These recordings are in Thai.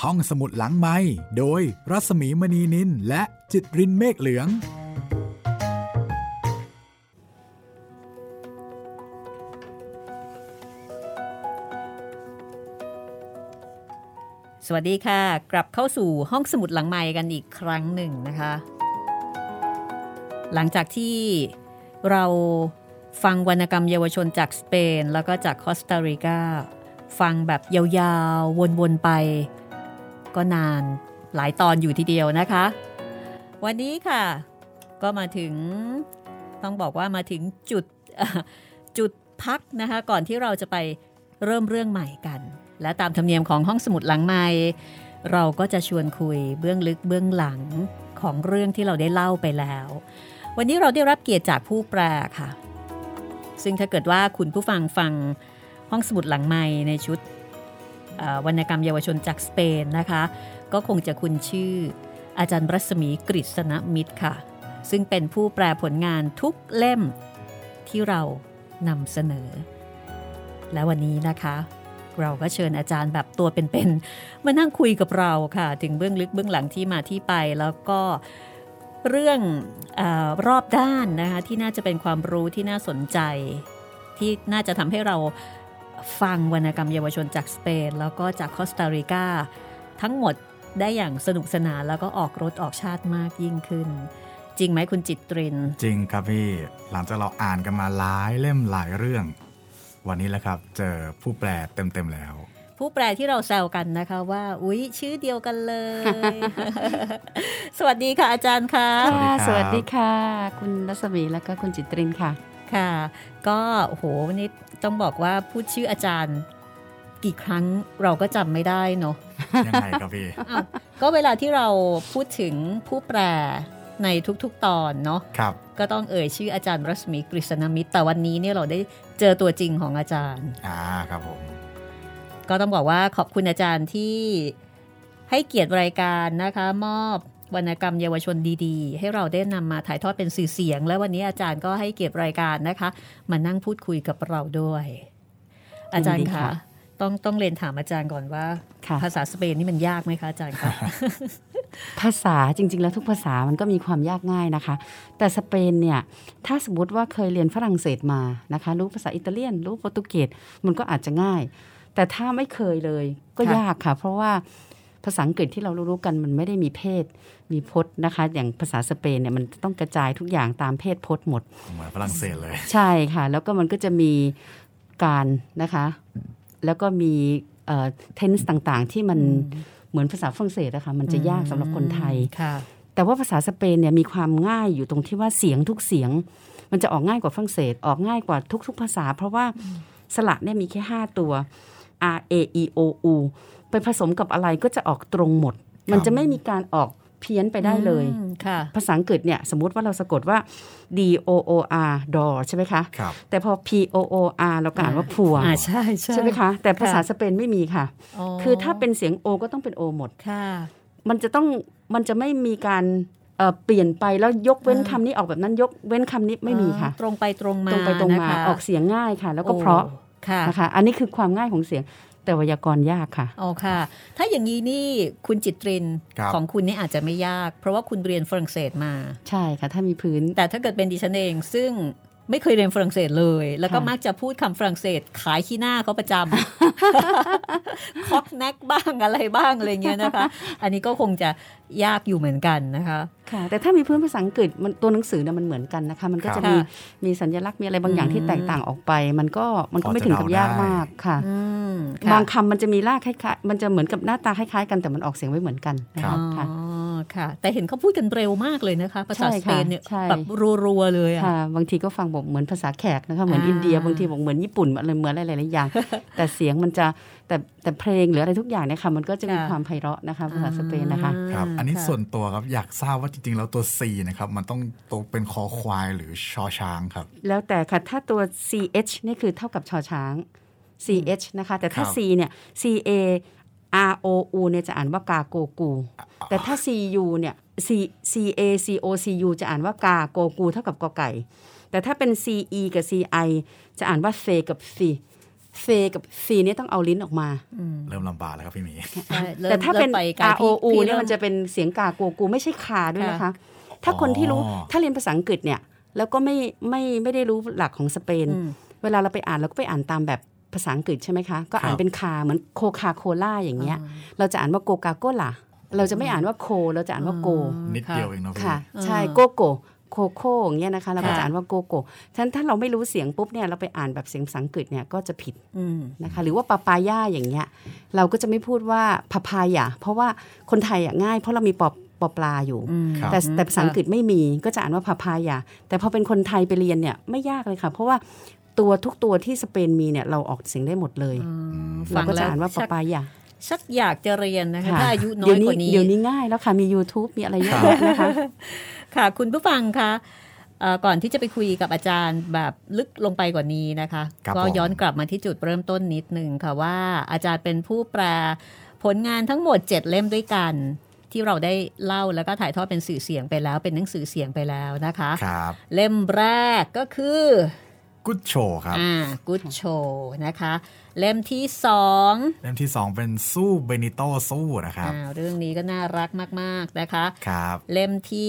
ห้องสมุดหลังไมค์โดยรัศมีมณีนินและจิตรินเมฆเหลืองสวัสดีค่ะกลับเข้าสู่ห้องสมุดหลังไมค์กันอีกครั้งหนึ่งนะคะหลังจากที่เราฟังวรรณกรรมเยาวชนจากสเปนแล้วก็จากคอสตาริกาฟังแบบยาวๆวนๆไปก็นานหลายตอนอยู่ทีเดียวนะคะวันนี้ค่ะก็มาถึงต้องบอกว่ามาถึงจุดพักนะคะก่อนที่เราจะไปเริ่มเรื่องใหม่กันและตามธรรมเนียมของห้องสมุดหลังไมค์เราก็จะชวนคุยเบื้องลึกเบื้องหลังของเรื่องที่เราได้เล่าไปแล้ววันนี้เราได้รับเกียรติจากผู้แปลค่ะซึ่งถ้าเกิดว่าคุณผู้ฟังฟังห้องสมุดหลังไมค์ในชุดวรรณกรรมเยาวชนจากสเปนนะคะก็คงจะคุ้นชื่ออาจารย์รัศมีกฤษณมิตรค่ะซึ่งเป็นผู้แปลผลงานทุกเล่มที่เรานำเสนอและวันนี้นะคะเราก็เชิญอาจารย์แบบตัวเป็นๆมานั่งคุยกับเราค่ะถึงเบื้องลึกเบื้องหลังที่มาที่ไปแล้วก็เรื่องรอบด้านนะคะที่น่าจะเป็นความรู้ที่น่าสนใจที่น่าจะทำให้เราฟังวรรณกรรมเยาวชนจากสเปนแล้วก็จากคอสตาริกาทั้งหมดได้อย่างสนุกสนานแล้วก็ออกรสออกชาติมากยิ่งขึ้นจริงไหมคุณจิตรินจริงครับพี่หลังจากเราอ่านกันมาหลายเล่มหลายเรื่องวันนี้แหละครับเจอผู้แปลเต็มๆแล้วผู้แปลที่เราแซวกันนะคะว่าอุ๊ยชื่อเดียวกันเลย สวัสดีค่ะอาจารย์ค่ะสวัสดีค่ะคุณรัศมีแล้วก็คุณจิตรินค่ะค่ะก็โอ้โหวันนี้ต้องบอกว่าพูดชื่ออาจารย์กี่ครั้งเราก็จำไม่ได้เนาะยังไงครับพี่ก็เวลาที่เราพูดถึงผู้แปลในทุกๆตอนเนาะก็ต้องเอ่ยชื่ออาจารย์รัศมีกฤษณมิตรแต่วันนี้เนี่ยเราได้เจอตัวจริงของอาจารย์ครับผมก็ต้องบอกว่าขอบคุณอาจารย์ที่ให้เกียรติรายการนะคะมอบวรรณกรรมเยาวชนดีๆให้เราได้นำมาถ่ายทอดเป็นสื่อเสียงและวันนี้อาจารย์ก็ให้เกียรติรายการนะคะมานั่งพูดคุยกับเราด้วยอาจารย์คะต้องเรียนถามอาจารย์ก่อนว่าภาษาสเปนนี่มันยากไหมคะอาจารย์คะภาษาจริงๆแล้วทุกภาษามันก็มีความยากง่ายนะคะแต่สเปนเนี่ยถ้าสมมติว่าเคยเรียนฝรั่งเศสมานะคะรู้ภาษาอิตาเลียนรู้โปรตุเกสมันก็อาจจะง่ายแต่ถ้าไม่เคยเลยก็ยากค่ะเพราะว่าภาษาอังกฤษที่เรารู้กันมันไม่ได้มีเพศมีพจน์นะคะอย่างภาษาสเปนเนี่ยมันต้องกระจายทุกอย่างตามเพศพจน์หมดเหมือนฝรั่งเศสเลยใช่ค่ะแล้วก็มันก็จะมีการนะคะแล้วก็มีtense ต่างๆที่มันเหมือนภาษาฝรั่งเศสนะคะมันจะยากสำหรับคนไทยแต่ว่าภาษาสเปนเนี่ยมีความง่ายอยู่ตรงที่ว่าเสียงทุกเสียงมันจะออกง่ายกว่าฝรั่งเศสออกง่ายกว่าทุกๆภาษาเพราะว่าสระเนี่ยมีแค่5ตัว R A E O U ไปผสมกับอะไรก็จะออกตรงหมดมันจะไม่มีการออกเพี้ยนไปได้เลยภาษาอังกฤษเนี่ยสมมุติว่าเราสะกดว่า D O O R door ใช่ไหมคะแต่พอ P O O R เราอ่านว่าพัวใช่ไหมคะแต่ภาษาสเปนไม่มีค่ะคือถ้าเป็นเสียง O ก็ต้องเป็น O หมดมันจะไม่มีการเปลี่ยนไปแล้วยกเว้นคำนี้ออกแบบนั้นยกเว้นคำนี้ไม่มีค่ะตรงไปตรงมาออกเสียงง่ายค่ะแล้วก็เพราะนะคะอันนี้คือความง่ายของเสียงแต่ไวยากรณ์ยากค่ะอ๋อค่ะถ้าอย่างนี้นี่คุณจิตรินของคุณนี่อาจจะไม่ยากเพราะว่าคุณเรียนฝรั่งเศสมาใช่ค่ะถ้ามีพื้นแต่ถ้าเกิดเป็นดิฉันเองซึ่งไม่เคยเรียนฝรั่งเศสเลยแล้วก็มักจะพูดคำฝรั่งเศสขายขี้หน้าเขาประจำ คอกแน็กบ้างอะไรบ้างอะไรเงี้ยนะคะอันนี้ก็คงจะยากอยู่เหมือนกันนะคะค่ะแต่ถ้ามีพื้นภาษาอังกฤษมันตัวหนังสือเนี่ยมันเหมือนกันนะคะมันก็จะมีสัญลักษณ์มีอะไรบางอย่างที่แตกต่างออกไปมันก็ไม่ถึงกับยากมากค่ะบางคำมันจะมีรากคล้ายๆมันจะเหมือนกับหน้าตาคล้ายๆกันแต่มันออกเสียงไม่เหมือนกันค่ะค่ะแต่เห็นเขาพูดกันเร็วมากเลยนะคะภาษาสเปนเนี่ยแบบรัวๆเลยค่ะบางทีก็ฟังบอกเหมือนภาษาแขกนะคะเหมือนอินเดียบางทีบอกเหมือนญี่ปุ่นอะไรเหมือนอะไรหลายๆอย่างแต่เสียงมันจะแต่เพลงหรืออะไรทุกอย่างเนี่ยค่ะมันก็จะมีความไพเราะนะคะภาษาสเปนนะคะครับอันนี้ส่วนตัวครับอยากทราบว่าจริงๆแล้วตัว C นะครับมันต้องตัวเป็นคอควายหรือชอช้างครับแล้วแต่ค่ะถ้าตัว CH นี่คือเท่ากับชอช้าง CH นะคะแต่ถ้า C เนี่ย CA ROU เนี่ยจะอ่านว่ากาโกกูแต่ถ้า CU เนี่ย CACOCU จะอ่านว่ากาโกกูเท่ากับกอไก่แต่ถ้าเป็น CE กับ CI จะอ่านว่าเฟกับฟีเฟกับซีเนี่ยต้องเอาลิ้นออกมาเริ่มลำบากแล้วครับพี่หมีแต่ถ้าเป็น ROU เนี่ยมันจะเป็นเสียงกาโกกูไม่ใช่คาด้วยนะคะถ้าคนที่รู้ถ้าเรียนภาษาอังกฤษเนี่ยแล้วก็ไม่ได้รู้หลักของสเปนเวลาเราไปอ่านเราก็ไปอ่านตามแบบภาษาอังกฤษใช่ไหมคะก็อ่านเป็นคาเหมือนโคคาโคล่าอย่างเงี้ยเราจะอ่านว่าโกกาโกล่าเราจะไม่อ่านว่าโคเราจะอ่านว่าโกนิดเดียวเองเนาะค่ะใช่โกโกโคโค่อย่างเงี้ยนะคะเราก็จะอ่านว่าโกโก้ฉะนั้นถ้าเราไม่รู้เสียงปุ๊บเนี่ยเราไปอ่านแบบเสียงภาษาอังกฤษเนี่ยก็จะผิดนะคะหรือว่าปาปายาอย่างเงี้ยเราก็จะไม่พูดว่าพาพายาเพราะว่าคนไทยอ่ะง่ายเพราะเรามีปอปลาอยู่แต่ภาษาอังกฤษไม่มีก็จะอ่านว่าพาพายาแต่พอเป็นคนไทยไปเรียนเนี่ยไม่ยากเลยค่ะเพราะว่าทุกตัวที่สเปนมีเนี่ยเราออกเสียงได้หมดเลยเราก็จะอ่านว่าปาปายาชักอยากจะเรียนนะคะถ้าอายุน้อยกว่านี้เดี๋ยวนี้ง่ายแล้วค่ะมี YouTube มีอะไรเยอะแยะนะคะค่ะคุณผู้ฟังคะก่อนที่จะไปคุยกับอาจารย์แบบลึกลงไปกว่านี้นะคะก็ย้อนกลับมาที่จุดเริ่มต้นนิดนึงค่ะว่าอาจารย์เป็นผู้แปลผลงานทั้งหมด7เล่มด้วยกันที่เราได้เล่าแล้วก็ถ่ายทอดเป็นสื่อเสียงไปแล้วเป็นหนังสือเสียงไปแล้วนะคะเล่มแรกก็คือ Good Show ครับ Good Show นะคะเล่มที่2 เป็นสู้เบนิโตสู้นะครับเรื่องนี้ก็น่ารักมากๆนะคะครับเล่มที่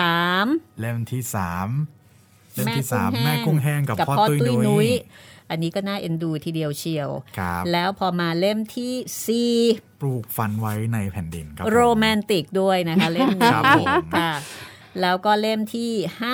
3 แม่กุ้งแห้งกับพ่อตุ้ยนุ้ยอันนี้ก็น่าเอ็นดูทีเดียวเชียวแล้วพอมาเล่มที่4 ปลูกฝันไว้ในแผ่นดินครับโรแมนติกด้วยนะคะเล่มนี้ค่ะแล้วก็เล่มที่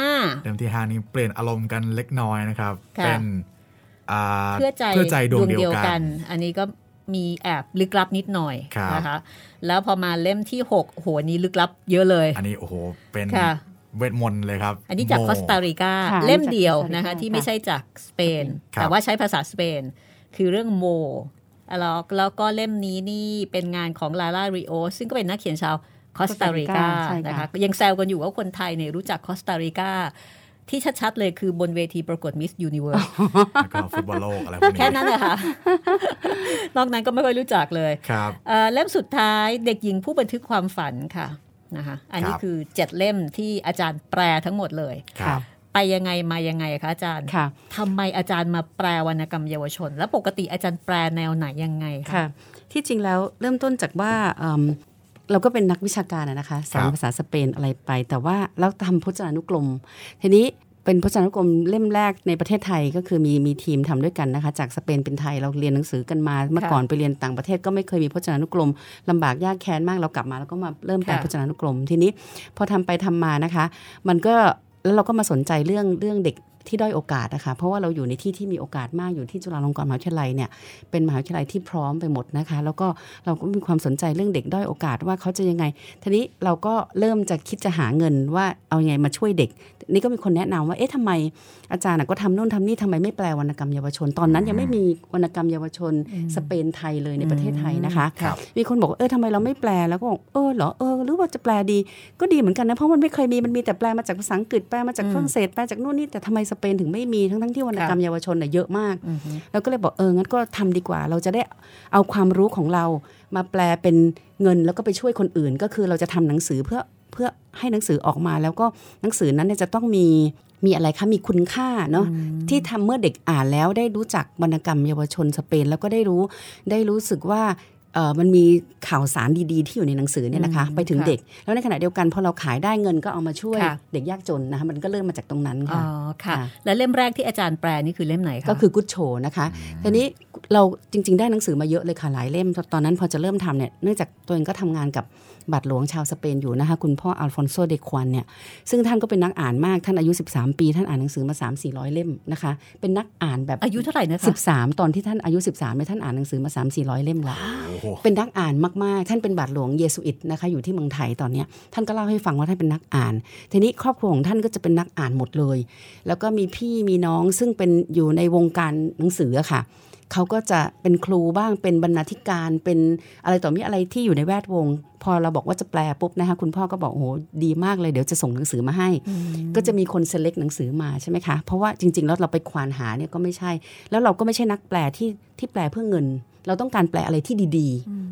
5 นี้เปลี่ยนอารมณ์กันเล็กน้อยนะครับเป็นเพื่อใจดวงเดียวกันอันนี้ก็มีแอบลึกลับนิดหน่อยนะคะแล้วพอมาเล่มที่6โหนี้ลึกลับเยอะเลยอันนี้โอ้โหเป็นเวทมนต์เลยครับอันนี้จากคอสตาริกาเล่มเดียวนะคะที่ไม่ใช่จากสเปนแต่ว่าใช้ภาษาสเปนคือเรื่องโมแล้วก็เล่มนี้นี่เป็นงานของลาล่าริโอซึ่งก็เป็นนักเขียนชาวคอสตาริกานะคะยังแซวกันอยู่ว่าคนไทยเนี่ยรู้จักคอสตาริกาที่ชัดๆเลยคือบนเวทีประกวดมิสยูนิเวิร์สแล้วก็ฟุตบอลโลกอะไรพวกนี้แค่นั้นแหละค่ะนอกนั้นก็ไม่ค่อยรู้จักเลยเล่มสุดท้ายเด็กหญิงผู้บันทึกความฝันค่ะนะคะอันนี้คือ7เล่มที่อาจารย์แปลทั้งหมดเลยไปยังไงมายังไงคะอาจารย์ทำไมอาจารย์มาแปลวรรณกรรมเยาวชนแล้วปกติอาจารย์แปลแนวไหนยังไงคะที่จริงแล้วเริ่มต้นจากว่าเราก็เป็นนักวิชาการนะคะสอนภาษาสเปนอะไรไปแต่ว่าเราทำพจนานุกรมทีนี้เป็นพจนานุกรมเล่มแรกในประเทศไทยก็คือมีทีมทำด้วยกันนะคะจากสเปนเป็นไทยเราเรียนหนังสือกันมาเมื่อก่อนไปเรียนต่างประเทศก็ไม่เคยมีพจนานุกรมลำบากยากแค้นมากเรากลับมาแล้วก็มาเริ่มแปลพจนานุกรมทีนี้พอทำไปทำมานะคะมันก็แล้วเราก็มาสนใจเรื่องเด็กที่ด้อยโอกาสนะคะเพราะว่าเราอยู่ในที่มีโอกาสมากอยู่ที่จุฬาลงกรณ์มหาวิทยาลัยเนี่ยเป็นมหาวิทยาลัยที่พร้อมไปหมดนะคะแล้วก็เราก็มีความสนใจเรื่องเด็กด้อยโอกาสว่าเขาจะยังไงทีนี้เราก็เริ่มจะคิดจะหาเงินว่าเอายังไงมาช่วยเด็กนี่ก็มีคนแนะนำว่าทำไมอาจารย์ก็ทำโน่นทำนี่ทำไมไม่แปลวรรณกรรมเยาวชนตอนนั้นยังไม่มีวรรณกรรมเยาวชนสเปนไทยเลยในประเทศไทยนะคะมีคนบอกทำไมเราไม่แปลแล้วก็บอกเหรอหรือว่าจะแปลดีก็ดีเหมือนกันนะเพราะมันไม่เคยมีมันมีแต่แปลมาจากภาษาอังกฤษแปลมาจากฝรั่งเศสแปลจากนู่นนี่แต่ทำไมสเปนถึงไม่มีทั้งที่วรรณกรรมเยาวชนเยอะมากแล้วก็เลยบอกงั้นก็ทำดีกว่าเราจะได้เอาความรู้ของเรามาแปลเป็นเงินแล้วก็ไปช่วยคนอื่นก็คือเราจะทำหนังสือเพื่อให้หนังสือออกมาแล้วก็หนังสือนั้นจะต้องมีอะไรคะมีคุณค่าเนาะที่ทำเมื่อเด็กอ่านแล้วได้รู้จักวรรณกรรมเยาวชนสเปนแล้วก็ได้รู้สึกว่ามันมีข่าวสารดีๆที่อยู่ในหนังสือเนี่ยนะคะไปถึงเด็กแล้วในขณะเดียวกันพอเราขายได้เงินก็เอามาช่วยเด็กยากจนนะคะมันก็เริ่มมาจากตรงนั้นค่ะค่ะแล้วเล่มแรกที่อาจารย์แปลนี่คือเล่มไหนคะก็คือ Good Show นะคะทีนี้เราจริงๆได้หนังสือมาเยอะเลยค่ะหลายเล่มตอนนั้นพอจะเริ่มทำเนี่ยเนื่องจากตัวเองก็ทำงานกับบาทหลวงชาวสเปนอยู่นะคะคุณพ่ออัลฟอนโซเดควันเนี่ยซึ่งท่านก็เป็นนักอ่านมากท่านอายุ13ปีท่านอ่านหนังสือมา 3-400 เล่มนะคะเป็นนักอ่านแบบอายุเท่าไหร่นะคะ 13ตอนที่ท่านอายุ13เนี่ยท่านอ่านหนังสือมา 3-400 เล่มแล้วเป็นนักอ่านมากๆท่านเป็นบาทหลวงเยซูอิตนะคะอยู่ที่เมืองไทยตอนนี้ท่านก็เล่าให้ฟังว่าท่านเป็นนักอ่านทีนี้ครอบครัวของท่านก็จะเป็นนักอ่านหมดเลยแล้วก็มีพี่มีน้องซึ่งเป็นอยู่ในวงการหนังสือค่ะเขาก็จะเป็นครูบ้างเป็นบรรณาธิการเป็นอะไรต่อมีอะไรที่อยู่ในแวดวงพอเราบอกว่าจะแปลปุ๊บนะคะคุณพ่อก็บอกโอ้โหดีมากเลยเดี๋ยวจะส่งหนังสือมาให้ก็จะมีคนเซเล็กหนังสือมาใช่ไหมคะเพราะว่าจริงๆแล้วเราไปควานหาเนี่ยก็ไม่ใช่แล้วเราก็ไม่ใช่นักแปลที่แปลเพื่อเงินเราต้องการแปลอะไรที่ดีๆ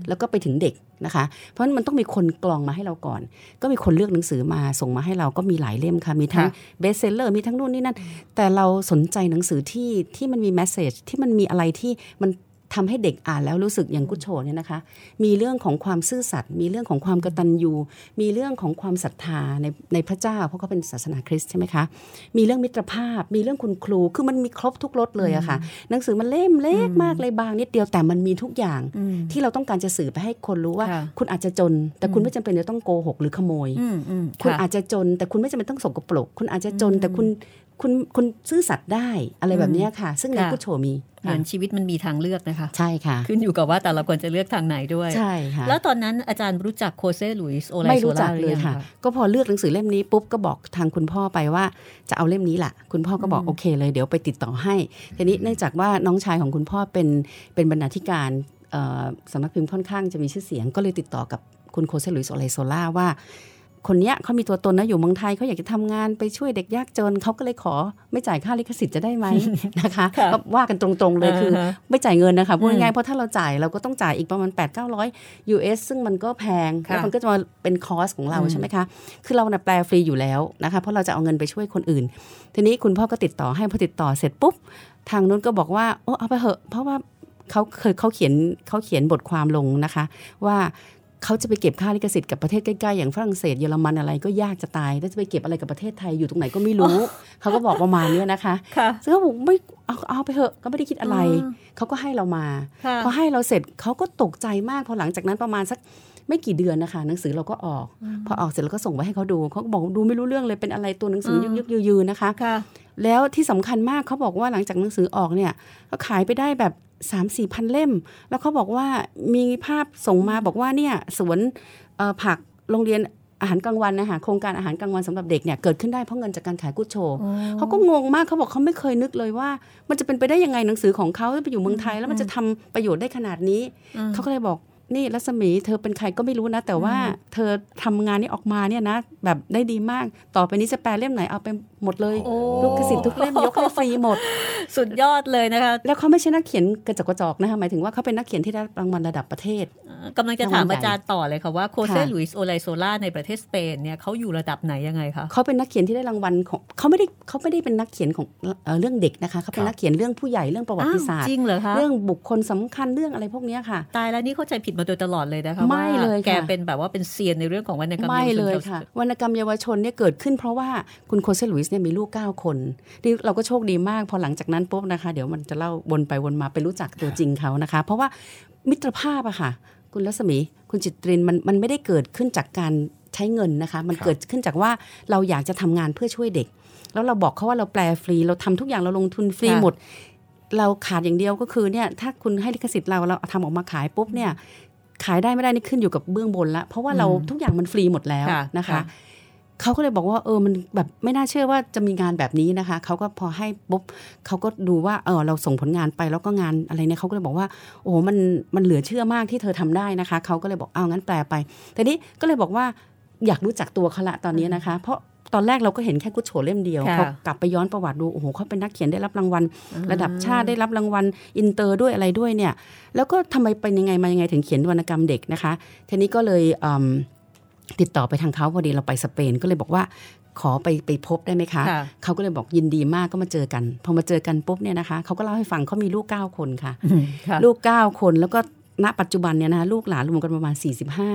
แล้วก็ไปถึงเด็กนะคะเพราะฉะนั้นมันต้องมีคนกรองมาให้เราก่อนก็มีคนเลือกหนังสือมาส่งมาให้เราก็มีหลายเล่มค่ะมีทั้งเบสเซลเลอร์มีทั้งนู่นนี่นั่นแต่เราสนใจหนังสือที่มันมีแมสเสจที่มันมีอะไรที่มันทำให้เด็กอ่านแล้วรู้สึกอย่างกุชโชเนี่ยนะคะมีเรื่องของความซื่อสัตย์มีเรื่องของความกตัญญูมีเรื่องของความศรัทธาในพระเจ้าเพราะเขาเป็นศาสนาคริสต์ใช่ไหมคะมีเรื่องมิตรภาพมีเรื่องคุณครูคือมันมีครบทุกรสเลยอะค่ะหนังสือมันเล่มเล็กมากเลยบางนิดเดียวแต่มันมีทุกอย่างที่เราต้องการจะสื่อไปให้คนรู้ว่าคุณอาจจะจนแต่คุณไม่จำเป็นจะต้องโกหกหรือขโมยคุณอาจจะจนแต่คุณไม่จำเป็นต้องสกปรกคุณอาจจะจนแต่คุณซื่อสัตย์ได้อะไรแบบนี้ค่ะซึ่งในกุชโชมีเหมือนชีวิตมันมีทางเลือกนะคะใช่ค่ะขึ้นอยู่กับว่าแต่ละคนจะเลือกทางไหนด้วยใช่ค่ะแล้วตอนนั้นอาจารย์รู้จักโคเซ่หลุยส์โอไลโซล่าไม่รู้จักเลยค่ะก็พอเลือกหนังสือเล่มนี้ปุ๊บก็บอกทางคุณพ่อไปว่าจะเอาเล่มนี้แหละคุณพ่อก็บอกโอเคเลยเดี๋ยวไปติดต่อให้ทีนี้เนื่องจากว่าน้องชายของคุณพ่อเป็นบรรณาธิการสำนักพิมพ์ค่อนข้างจะมีชื่อเสียงก็เลยติดต่อกับคุณโคเซ่หลุยส์โอไลโซล่าว่าคนเนี้ยเขามีตัวตนนะอยู่เมืองไทยเขาอยากจะทำงานไปช่วยเด็กยากจนเขาก็เลยขอไม่จ่ายค่าลิขสิทธิ์จะได้ไหม นะคะก็ว่ากันตรงๆเลยคือไม่จ่ายเงินนะคะพูดง่ายๆเพราะถ้าเราจ่ายเราก็ต้องจ่ายอีกประมาณ 8-900 US ซึ่งมันก็แพงแล้วมันก็จะมาเป็นคอสของเราใช่ไหมคะคือเราแปลฟรีอยู่แล้วนะคะเพราะเราจะเอาเงินไปช่วยคนอื่นทีนี้คุณพ่อก็ติดต่อให้พอติดต่อเสร็จปุ๊บทางนู้นก็บอกว่าโอ้เอาไปเหอะเพราะว่าเขาเขียนบทความลงนะคะว่าเขาจะไปเก็บค่าลิขสิทธิ์กับประเทศใกล้ๆอย่างฝรั่งเศสเยอรมันอะไรก็ยากจะตายแล้วจะไปเก็บอะไรกับประเทศไทยอยู่ตรงไหนก็ไม่รู้ เขาก็บอกประมาณนี้นะคะซึ่งเขาบอกไม่เอาไปเถอะก็ไม่ได้คิดอะไรเขาก็ให้เรามาพอให้เราเสร็จเขาก็ตกใจมากพอหลังจากนั้นประมาณสักไม่กี่เดือนนะคะหนังสือเราก็ออกพอออกเสร็จเราก็ส่งไปให้เขาดูเขาก็บอกดูไม่รู้เรื่องเลยเป็นอะไรตัวหนังสือยึกๆยืนๆนะคะแล้วที่สำคัญมากเขาบอกว่าหลังจากหนังสือออกเนี่ยก็ขายไปได้แบบ3-4 พันเล่มแล้วเขาบอกว่ามีภาพส่งมาบอกว่าเนี่ยสวนผักโรงเรียนอาหารกลางวันนะคะโครงการอาหารกลางวันสำหรับเด็กเนี่ยเกิดขึ้นได้เพราะเงินจากการขายกุชโชเขาก็งงมากเขาบอกเขาไม่เคยนึกเลยว่ามันจะเป็นไปได้ยังไงหนังสือของเขาไปอยู่เมืองไทยแล้วมันจะทำประโยชน์ได้ขนาดนี้เขาก็เลยบอกนี่รัศมีเธอเป็นใครก็ไม่รู้นะแต่ว่าเธอทำงานนี้ออกมาเนี่ยนะแบบได้ดีมากต่อไปนี้จะแปลเล่มไหนเอาไปหมดเลยลูกศิษย์ทุกเล่มยกให้ฟรีหมดสุดยอดเลยนะคะแล้วเขาไม่ใช่นักเขียนกระจอกนะคะหมายถึงว่าเขาเป็นนักเขียนที่ได้รางวัลระดับประเทศกำลังจะถามอาจารย์ต่อเลยค่ะว่าโคเซ่หลุยส์โอไลโซล่าในประเทศสเปนเนี่ยเขาอยู่ระดับไหนยังไงคะเขาเป็นนักเขียนที่ได้รางวัลของเขาไม่ได้เป็นนักเขียนของเรื่องเด็กนะคะเขาเป็นนักเขียนเรื่องผู้ใหญ่เรื่องประวัติศาสตร์จริงเหรอคะเรื่องบุคคลสำคัญเรื่องอะไรพวกนี้ค่ะตายแล้วนี่เข้าใจผิดมาโดยตลอดเลยนะคะไม่เลยแกเป็นแบบว่าเป็นเซียนในเรื่องของวรรณกรรมไม่เลยค่ะวรรณกรรมเยาวชนเนี่ยเกิดขึ้นเพราะว่าคุณโคเซ่หลุยส์เนี่ยมีลูก9 คนที่เราก็โชคดีมากพอหลังจากนั้นปุ๊บนะคะเดี๋ยวมันจะเล่าวนไปวนมาไปรู้จักตัวจริงเขานะคะเพราะว่ามิตรภาพอะค่ะคุณรัศมีคุณจิตรินมันไม่ได้เกิดขึ้นจากการใช้เงินนะคะมันเกิดขึ้นจากว่าเราอยากจะทำงานเพื่อช่วยเด็กแล้วเราบอกเขาว่าเราแปลฟรีเราทำทุกอย่างเราลงทุนฟรีหมดเราขาดอย่างเดียวก็คือเนี่ยถ้าคุณให้ลิขสิทธิ์เราทำออกมาขายปุ๊บเนี่ยขายได้ไม่ได้นี่ขึ้นอยู่กับเบื้องบนละเพราะว่าเราทุกอย่างมันฟรีหมดแล้วนะคะเขาก็เลยบอกว่ามันแบบไม่น่าเชื่อว่าจะมีงานแบบนี้นะคะเขาก็พอให้ปุ๊บเขาก็ดูว่าเราส่งผลงานไปแล้วก็งานอะไรเนี่ยเขาก็เลยบอกว่าโอ้มันเหลือเชื่อมากที่เธอทำได้นะคะเขาก็เลยบอกงั้นแปลไปแต่นี้ก็เลยบอกว่าอยากรู้จักตัวเขาละตอนนี้นะคะเพราะตอนแรกเราก็เห็นแค่กุชโชเล่มเดียวพอกลับไปย้อนประวัติดูโอ้โหเขาเป็นนักเขียนได้รับรางวัลระดับชาติได้รับรางวัลอินเตอร์ด้วยอะไรด้วยเนี่ยแล้วก็ทำไมเป็นยังไงมายังไงถึงเขียนวรรณกรรมเด็กนะคะทีนี้ก็เลยติดต่อไปทางเขาพอดีเราไปสเปนก็เลยบอกว่าขอไปพบได้ไหมคะเขาก็เลยบอกยินดีมากก็มาเจอกันพอมาเจอกันปุ๊บเนี่ยนะคะเขาก็เล่าให้ฟังเขามีลูก9 คนค่ะลูก9 คนแล้วก็ณปัจจุบันเนี่ยนะลูกหลานรวมกันประมาณ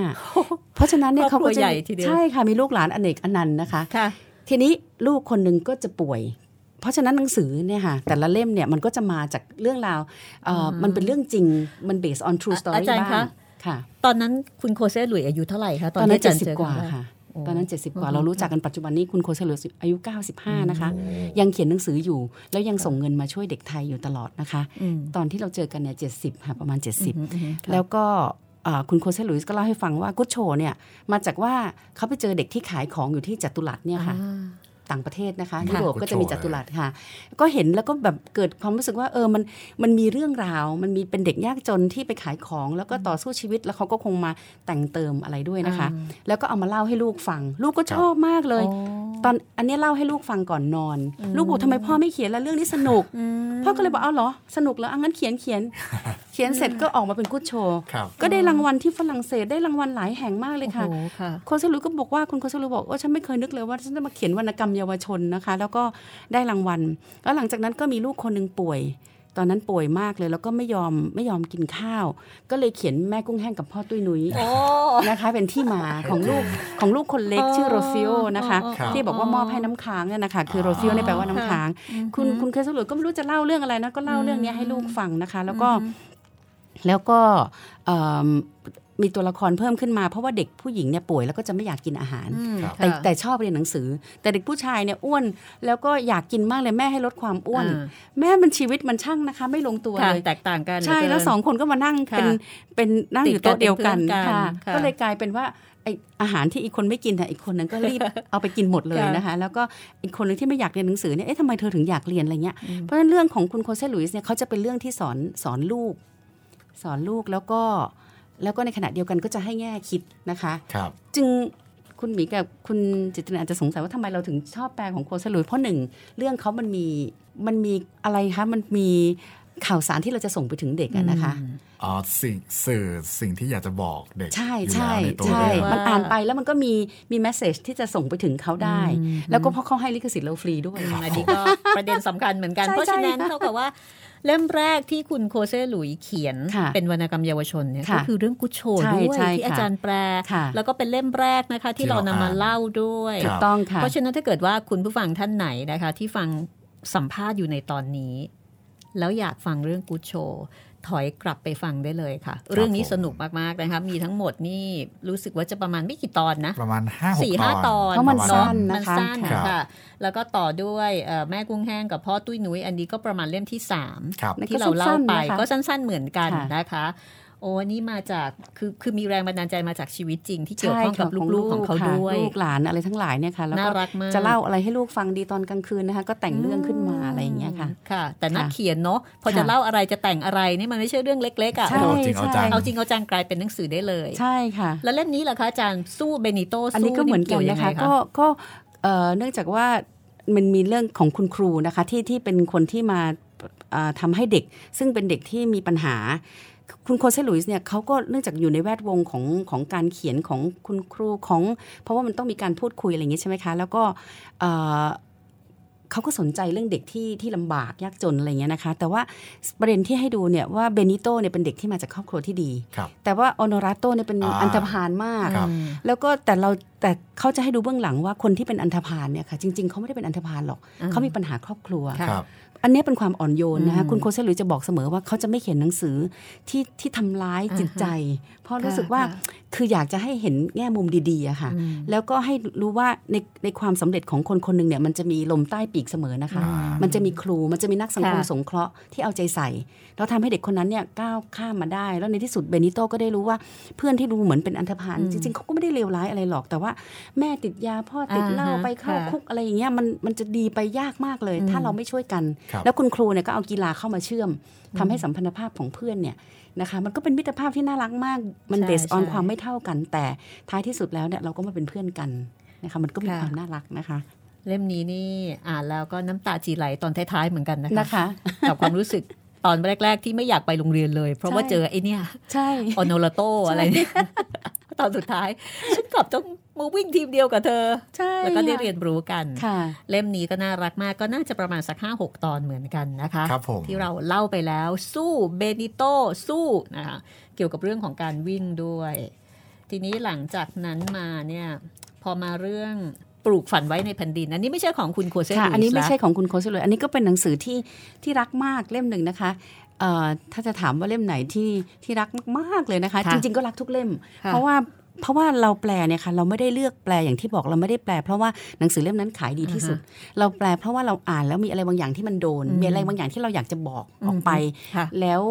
45เพราะฉะนั้นเนี่ยเขาก็จะใช่ค่ะมีลูกหลานอเนกอนันต์นะคะทีนี้ลูกคนนึงก็จะป่วยเพราะฉะนั้นหนังสือเนี่ยค่ะแต่ละเล่มเนี่ยมันก็จะมาจากเรื่องราวมันเป็นเรื่องจริงมัน based on true story บ้างค่ะตอนนั้นคุณโคเซ่หลุยอายุเท่าไหร่คะตอนนั้น70 กว่าค่ะตอนนั้น70 กว่าเรารู้จักกันปัจจุบันนี้คุณโคเซ่หลุยอายุ95นะคะยังเขียนหนังสืออยู่แล้วยังส่งเงินมาช่วยเด็กไทยอยู่ตลอดนะคะตอนที่เราเจอกันเนี่ย70ค่ะประมาณ70แล้วก็คุณโคเซ่หลุยส์ก็เล่าให้ฟังว่ากุชโชเนี่ยมาจากว่าเขาไปเจอเด็กที่ขายของอยู่ที่จัตุรัสเนี่ยค่ะต่างประเทศนะคะยุโรปก็จะมีจัตุรัสค่ะก็เห็นแล้วก็แบบเกิดความรู้สึกว่ามันมีเรื่องราวมันมีเป็นเด็กยากจนที่ไปขายของแล้วก็ต่อสู้ชีวิตแล้วเขาก็คงมาแต่งเติมอะไรด้วยนะคะแล้วก็เอามาเล่าให้ลูกฟังลูกก็ชอบมากเลยตอนอันนี้เล่าให้ลูกฟังก่อนนอนลูกบอกทำไมพ่อไม่เขียนแล้วเรื่องนี้สนุกพ่อก็เลยบอกเอาเหรอสนุกแล้วงั้นเขียนเสร็จก็ออกมาเป็นกู๊ดโชว์ก็ได้รางวัลที่ฝรั่งเศสได้รางวัลหลายแห่งมากเลยค่ะโคเซลูก็บอกว่าคุณโคเซลูบอกว่าฉันไม่เคยนึกเลยว่าฉันจะมาเขียนวรรณกรรมเยาวชนนะคะแล้วก็ได้รางวัลแล้วหลังจากนั้นก็มีลูกคนนึงป่วยตอนนั้นป่วยมากเลยแล้วก็ไม่ยอมกินข้าวก็เลยเขียนแม่กุ้งแห้งกับพ่อตุ้ยนุ้ยนะคะเป็นที่มาของลูกคนเล็กชื่อโรซิโอนะคะที่บอกว่ามอบให้น้ำค้างเนี่ยนะคะคือโรซิโอนี่แปลว่าน้ำค้างคุณเคสลุยก็ไม่รู้จะเล่าเรื่องอะไรนะก็เล่าเรื่องนี้ให้ลูกฟังนะคะแล้วก็มีตัวละครเพิ่มขึ้นมาเพราะว่าเด็กผู้หญิงเนี่ยป่วยแล้วก็จะไม่อยากกินอาหารแต่ชอบเรียนหนังสือแต่เด็กผู้ชายเนี่ยอ้วนแล้วก็อยากกินมากเลยแม่ให้ลดความอ้วนแม่มันชีวิตมันช่างนะคะไม่ลงตัวเลยแตกต่างกันใช่แล้ว2คนก็มานั่งเป็นนั่งอยู่โต๊ะเดียวกันค่ะก็เลยกลายเป็นว่าอาหารที่อีกคนไม่กินแต่อีกคนนึงก็รีบเอาไปกินหมดเลยนะคะแล้วก็อีกคนนึงที่ไม่อยากเรียนหนังสือเนี่ยทำไมเธอถึงอยากเรียนอะไรเงี้ยเพราะฉะนั้นเรื่องของคุณโคเซลุยส์เนี่ยเขาจะเป็นเรื่องที่สอนลูกแล้วก็ในขณะเดียวกันก็จะให้แง่คิดนะคะจึงคุณหมีกับคุณจิตรอาจจะสงสัยว่าทำไมเราถึงชอบแปลของโคเซลุยเพราะหนึ่งเรื่องเขามันมีอะไรคะมันมีข่าวสารที่เราจะส่งไปถึงเด็กนะคะสิ่งที่อยากจะบอกเด็กใช่มันอ่านไปแล้วมันก็มีเมสเสจที่จะส่งไปถึงเขาได้แล้วก็เพราะเขาให้ลิขสิทธิ์เราฟรีด้วยอันนี้ก็ประเด็นสำคัญเหมือนกันเพราะฉะนั้นเท่ากับว่าเล่มแรกที่คุณโคเซลุยเขียนเป็นวรรณกรรมเยาวชนเนี่ยก็คือเรื่องกุชโชด้วยที่อาจารย์แปลแล้วก็เป็นเล่มแรกนะคะที่เรานำมาเล่าด้วยถูกต้องค่ะเพราะฉะนั้นถ้าเกิดว่าคุณผู้ฟังท่านไหนนะคะที่ฟังสัมภาษณ์อยู่ในตอนนี้แล้วอยากฟังเรื่องกุชโชถอยกลับไปฟังได้เลยค่ะเรื่องนี้สนุกมากๆนะคะมีทั้งหมดนี่รู้สึกว่าจะประมาณไม่กี่ตอนนะประมาณ 4-5 ตอนเพราะมันสั้นนะคะค่ะแล้วก็ต่อด้วยแม่กุ้งแห้งกับพ่อตุ้ยนุ้ยอันนี้ก็ประมาณเล่มที่3ที่เราเล่าไปก็สั้นๆเหมือนกันนะคะโอ้นี่มาจากคือมีแรงบันดาลใจมาจากชีวิตจริงที่เกี่ยวข้องกับลูกๆของเขาด้วยลูกหลานอะไรทั้งหลายเนี่ยค่ะแล้วก็จะเล่าอะไรให้ลูกฟังดีตอนกลางคืนนะคะก็แต่งเรื่องขึ้นมาอะไรอย่างเงี้ยค่ะค่ะแต่นักเขียนเนาะพอจะเล่าอะไรจะแต่งอะไรนี่มันไม่ใช่เรื่องเล็กๆอ่ะเอาจริงเอาจังกลายเป็นหนังสือได้เลยใช่ค่ะแล้วเล่มนี้ล่ะคะอาจารย์สู้เบนิโตสู้อันนี้ก็เหมือนกันนะคะก็เนื่องจากว่ามันมีเรื่องของคุณครูนะคะที่เป็นคนที่มาทำให้เด็กซึ่งเป็นเด็กที่มีปัญหาคุณโคเซลุยส์เนี่ยเขาก็เนื่องจากอยู่ในแวดวงของการเขียนของคุณครูเพราะว่ามันต้องมีการพูดคุยอะไรอย่างนี้ใช่ไหมคะแล้วก็เขาก็สนใจเรื่องเด็กที่ลำบากยากจนอะไรเงี้ยนะคะแต่ว่าประเด็นที่ให้ดูเนี่ยว่าเบนิโตเนี่ยเป็นเด็กที่มาจากครอบครัวที่ดีแต่ว่าออโนราโตเนี่ยเป็นอันธพาลมากแล้วก็แต่เขาจะให้ดูเบื้องหลังว่าคนที่เป็นอันธพาลเนี่ยค่ะจริงๆเขาไม่ได้เป็นอันธพาลหรอกเขามีปัญหาครอบครัวอันนี้เป็นความอ่อนโยนนะคะคุณโคเซลุยจะบอกเสมอว่าเขาจะไม่เขียนหนังสือที่ทำร้ายจิตใจเพราะรู้สึกว่าคืออยากจะให้เห็นแง่มุมดีๆอะค่ะแล้วก็ให้รู้ว่าในความสำเร็จของคนหนึ่งเนี่ยมันจะมีลมใต้ปีกเสมอนะคะมันจะมีครูมันจะมีนักสังคมสงเคราะห์ที่เอาใจใส่แล้วทำให้เด็กคนนั้นเนี่ยก้าวข้ามมาได้แล้วในที่สุดเบนิโตก็ได้รู้ว่าเพื่อนที่ดูเหมือนเป็นอันธพาลจริงๆเขาก็ไม่ได้เลวร้ายอะไรหรอกแต่ว่าแม่ติดยาพ่อติดเหล้าไปเข้าคุกอะไรอย่างเงี้ยมันจะดีไปยากมากเลยถ้าเราไม่ช่วยกันแล้วคุณครูเนี่ยก็เอากีฬาเข้ามาเชื่อมทำให้สัมพันธภาพของเพื่อนเนี่ยนะคะมันก็เป็นมิตรภาพที่น่ารักมากมันเบสออนความไม่เท่ากันแต่ท้ายที่สุดแล้วเนี่ยเราก็มาเป็นเพื่อนกันนะคะมันก็มีความน่ารักนะคะเล่มนี้นี่อ่านแล้วก็น้ำตาจีไหลตอนท้ายๆเหมือนกันนะคะกับความรู้สึกตอนแรกๆที่ไม่อยากไปโรงเรียนเลยเพราะว่าเจอไอ้เนี่ยออโนราโตอะไรเนี่ยตอนสุดท้ายฉันกลับต้องมาวิ่งทีมเดียวกับเธอแล้วก็ได้เรียนรู้กันเล่มนี้ก็น่ารักมากก็น่าจะประมาณสัก 5-6 ตอนเหมือนกันนะคะที่เราเล่าไปแล้วสู้เบนิโตสู้นะคะเกี่ยวกับเรื่องของการวิ่งด้วยทีนี้หลังจากนั้นมาเนี่ยพอมาเรื่องปลูกฝันไว้ในแผ่นดินอันนี้ไม่ใช่ของคุณโคเซลุยอันนี้ไม่ใช่ของคุณโคเซลุยอันนี้ก็เป็นหนังสือที่รักมากเล่มหนึ่งนะคะถ้าจะถามว่าเล่มไหนที่รักมากๆเลยนะคะจริงๆก็รักทุกเล่มเพราะว่าเราแปลเนี่ยค่ะเราไม่ได้เลือกแปลอย่างที่บอกเราไม่ได้แปลเพราะว่าหนังสือเล่มนั้นขายดีที่สุดเราแปลเพราะว่าเราอ่านแล้วมีอะไรบางอย่างที่มันโดนมีอะไรบางอย่างที่เราอยากจะบอกออกไปแล้ว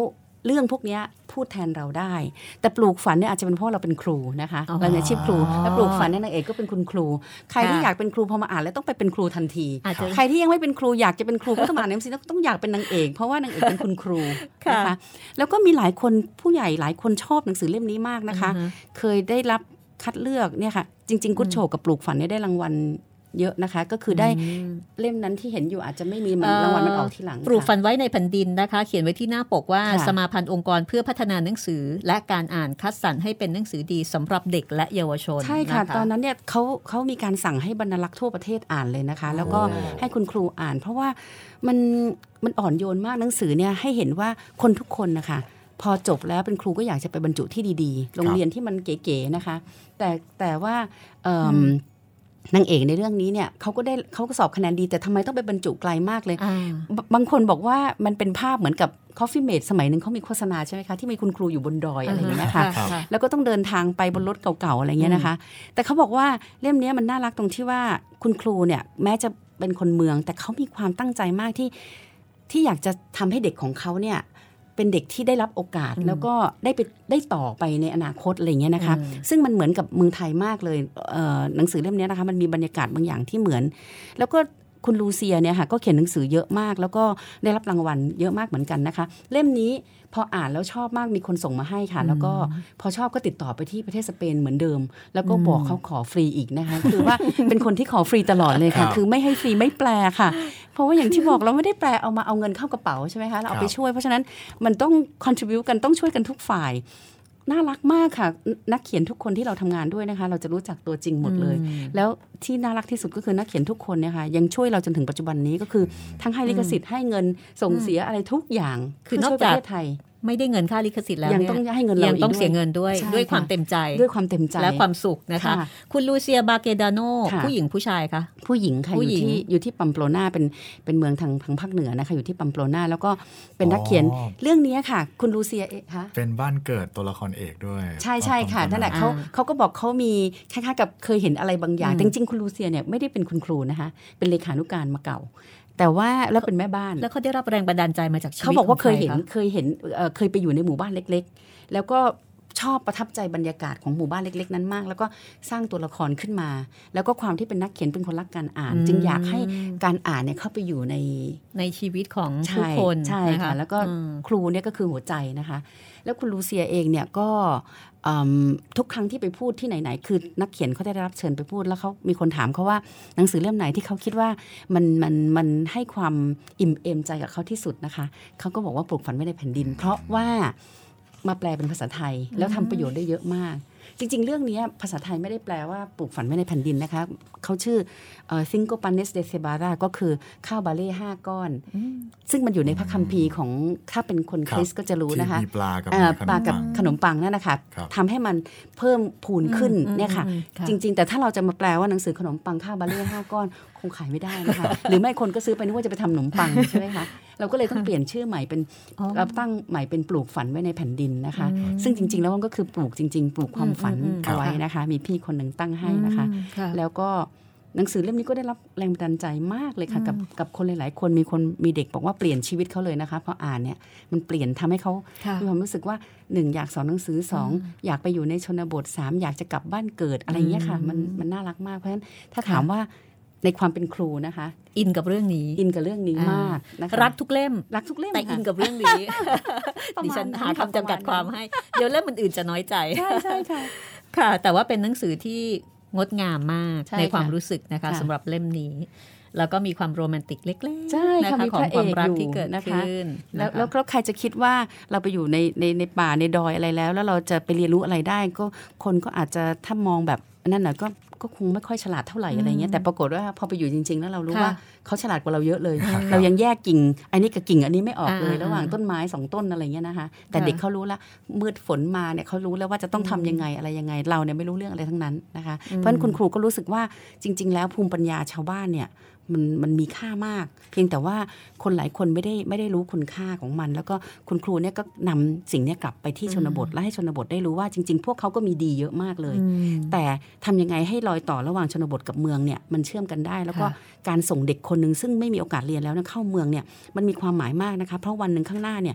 เรื่องพวกนี้พูดแทนเราได้แต่ปลูกฝันเนี่ยอาจจะเป็นเพราะเราเป็นครูนะคะเราเนี่ยอาชีพครูแล้วปลูกฝันเนี่ยนางเอกก็เป็นคุณครูใครที่อยากเป็นครูพอมาอ่านแล้วต้องไปเป็นครูทันทีใครที่ยังไม่เป็นครูอยากจะเป็นครูก็ต้องอ่านหนังสือแล้วต้องอยากเป็นนางเอกเพราะว่านางเอกเป็นคุณครูนะคะแล้วก็มีหลายคนผู้ใหญ่หลายคนชอบหนังสือเล่มนี้มากนะคะเคยได้รับคัดเลือกเนี่ยค่ะจริงๆกุ๊ดโชกับปลูกฝันเนี่ยได้รางวัลเยอะนะคะก็คือได้เล่มนั้นที่เห็นอยู่อาจจะไม่มีรางวัลมันออกทีหลังปลูกฝันไว้ในแผ่นดินนะคะเขียนไว้ที่หน้าปกว่าสมาพันธ์องค์กรเพื่อพัฒนาหนังสือและการอ่านคัดสรรให้เป็นหนังสือดีสำหรับเด็กและเยาวชนใช่ค่ะตอนนั้นเนี่ยเขามีการสั่งให้บรรณารักษ์ทั่วประเทศอ่านเลยนะคะแล้วก็ให้คุณครูอ่านเพราะว่ามันอ่อนโยนมากหนังสือเนี่ยให้เห็นว่าคนทุกคนนะคะพอจบแล้วเป็นครูก็อยากจะไปบรรจุที่ดีๆโรงเรียนที่มันเก๋ๆนะคะแต่ว่านางเอกในเรื่องนี้เนี่ยเขาก็สอบคะแนนดีแต่ทำไมต้องไปบรรจุไกลมากเลยบางคนบอกว่ามันเป็นภาพเหมือนกับ Coffee Mate สมัยนึงเขามีโฆษณาใช่ไหมคะที่มีคุณครูอยู่บนดอยอะไรอย่างเงี้ยค่ะแล้วก็ต้องเดินทางไปบนรถเก่าๆอะไรเงี้ยนะคะแต่เขาบอกว่าเล่มนี้มันน่ารักตรงที่ว่าคุณครูเนี่ยแม้จะเป็นคนเมืองแต่เขามีความตั้งใจมากที่อยากจะทำให้เด็กของเขาเนี่ยเป็นเด็กที่ได้รับโอกาสแล้วก็ได้ต่อไปในอนาคตอะไรเงี้ยนะคะซึ่งมันเหมือนกับเมืองไทยมากเลยหนังสือเล่มนี้นะคะมันมีบรรยากาศบางอย่างที่เหมือนแล้วก็คุณลูเซียเนี่ยค่ะก็เขียนหนังสือเยอะมากแล้วก็ได้รับรางวัลเยอะมากเหมือนกันนะคะเล่มนี้พออ่านแล้วชอบมากมีคนส่งมาให้ค่ะแล้วก็พอชอบก็ติดต่อไปที่ประเทศสเปนเหมือนเดิมแล้วก็บอกเขาขอฟรีอีกนะคะคือว่าเป็นคนที่ขอฟรีตลอดเลยค่ะคือไม่ให้ฟรีไม่แปลค่ะเพราะว่าอย่างที่บอกเราไม่ได้แปลเอาเงินเข้ากระเป๋าใช่ไหมคะเราเอาไปช่วยเพราะฉะนั้นมันต้อง contribute กันต้องช่วยกันทุกฝ่ายน่ารักมากค่ะนักเขียนทุกคนที่เราทำงานด้วยนะคะเราจะรู้จักตัวจริงหมดเลยแล้วที่น่ารักที่สุดก็คือนักเขียนทุกคนเนี่ยค่ะยังช่วยเราจนถึงปัจจุบันนี้ก็คือทั้งให้ลิขสิทธิ์ให้เงินส่งเสียอะไรทุกอย่างคือนอกจากประเทศไทยไม่ได้เงินค่าลิขสิทธิ์แล้วยังต้องให้เงินเรายังต้องเสียเงินด้วยความเต็มใจและความสุขนะคะคุณลูเซียบาเกดาโนผู้หญิงผู้ชายคะผู้หญิงค่ะอยู่ที่ปัมโปโลนาเป็นเมืองทางภาคเหนือนะคะอยู่ที่ปัมโปโลนาแล้วก็เป็นนักเขียนเรื่องนี้ค่ะคุณลูเซียคะเป็นบ้านเกิดตัวละครเอกด้วยใช่ค่ะนั่นแหละเขาก็บอกเขามีคล้ายๆกับเคยเห็นอะไรบางอย่างจริงๆคุณลูเซียเนี่ยไม่ได้เป็นคุณครูนะคะเป็นเลขานุการมาเก่าแต่ว่าแล้วเป็นแม่บ้านแล้วเขาได้รับแรงบันดาลใจมาจากชีวิตเขาบอกว่าเคยไปอยู่ในหมู่บ้านเล็กๆแล้วก็ชอบประทับใจบรรยากาศของหมู่บ้านเล็กๆนั้นมากแล้วก็สร้างตัวละครขึ้นมาแล้วก็ความที่เป็นนักเขียนเป็นคนรักการอ่านจึงอยากให้การอ่านเนี่ยเข้าไปอยู่ในชีวิตของผู้คนใช่ค่ะแล้วก็ครูเนี่ยก็คือหัวใจนะคะแล้วคุณลูเซียเองเนี่ยก็ทุกครั้งที่ไปพูดที่ไหนๆคือนักเขียนเขาได้รับเชิญไปพูดแล้วเขามีคนถามเขาว่าหนังสือเล่มไหนที่เขาคิดว่ามันให้ความอิ่มเอมใจกับเขาที่สุดนะคะเขาก็บอกว่าปลูกฝันไว้ในแผ่นดินเพราะว่ามาแปลเป็นภาษาไทยแล้วทำประโยชน์ได้เยอะมากจริงๆเรื่องนี้ภาษาไทยไม่ได้แปลว่าปลูกฝันไว้ในแผ่นดินนะคะเขาชื่อCinco Panes de Cebada ก็คือข้าวบาเล่5ก้อนซึ่งมันอยู่ในพระคัมภีร์ของถ้าเป็นคนคริสต์ก็จะรู้นะคะปลากับขนมปังนั่นนะคะทำให้มันเพิ่มพูนขึ้นเนี่ยค่ะจริงๆแต่ถ้าเราจะมาแปลว่าหนังสือขนมปังข้าวบาเล่5ก้อนคงขายไม่ได้นะคะหรือไม่คนก็ซื้อไปนึกว่าจะไปทำขนมปังใช่ไหมคะเราก็เลยต้องเปลี่ยนชื่อใหม่เป็นเราตั้งใหม่เป็นปลูกฝันไว้ในแผ่นดินนะคะซึ่งจริงๆแล้วมันก็คือปลูกจริงๆปลูกความฝันเอาไว้นะคะมีพี่คนหนึ่งตั้งให้นะคะแล้วก็หนังสือเล่มนี้ก็ได้รับแรงบันดาลใจมากเลยค่ะกับคนหลายๆคนมีเด็กบอกว่าเปลี่ยนชีวิตเขาเลยนะคะพออ่านเนี่ยมันเปลี่ยนทำให้เขามีความรู้สึกว่า1อยากสอนหนังสือ2อยากไปอยู่ในชนบท3อยากจะกลับบ้านเกิดอะไรอย่างเงี้ยค่ะมันน่ารักมากเพราะฉะนั้นถ้าถามว่าในความเป็นครูนะคะอินกับเรื่องนี้มากนะคะรักทุกเล่มแต่อินกับเรื่องนี้ดิฉันหาคำจำกัดความให้เดี๋ยวเล่มอื่นๆจะน้อยใจใช่ค่ะค่ะแต่ว่าเป็นหนังสือที่งดงามมากในความรู้สึกนะคะสำหรับเล่มนี้แล้วก็มีความโรแมนติกเล็กๆนะคะของความรักที่เกิดขึ้นแล้วใครจะคิดว่าเราไปอยู่ในป่าในดอยอะไรแล้วเราจะไปเรียนรู้อะไรได้ก็คนก็อาจจะถ้ามองแบบนั่นน่ะก็คงไม่ค่อยฉลาดเท่าไหร่อะไรเงี้ยแต่ปรากฏว่าพอไปอยู่จริงๆแล้วเรารู้ว่าเขาฉลาดกว่าเราเยอะเลยเรายังแยกกิ่งอันนี้กับกิ่งอันนี้ไม่ออกเลยระหว่างต้นไม้2ต้นอะไรเงี้ยนะคะแต่เด็กเขารู้แล้วมืดฝนมาเนี่ยเขารู้แล้วว่าจะต้องทำยังไงอะไรยังไงเราเนี่ยไม่รู้เรื่องอะไรทั้งนั้นนะคะเพราะฉะนั้นคุณครูก็รู้สึกว่าจริงๆแล้วภูมิปัญญาชาวบ้านเนี่ยมันมีค่ามากเพียงแต่ว่าคนหลายคนไม่ได้รู้คุณค่าของมันแล้วก็คุณครูเนี่ยก็นำสิ่งนี้กลับไปที่ชนบทและให้ชนบทได้รู้ว่าจริงๆพวกเขาก็มีดีเยอะมากเลยแต่ทำยังไงให้รอยต่อระหว่างชนบทกับเมืองเนี่ยมันเชื่อมกันได้แล้วก็การส่งเด็กคนนึงซึ่งไม่มีโอกาสเรียนแล้วเข้าเมืองเนี่ยมันมีความหมายมากนะคะเพราะวันนึงข้างหน้าเนี่ย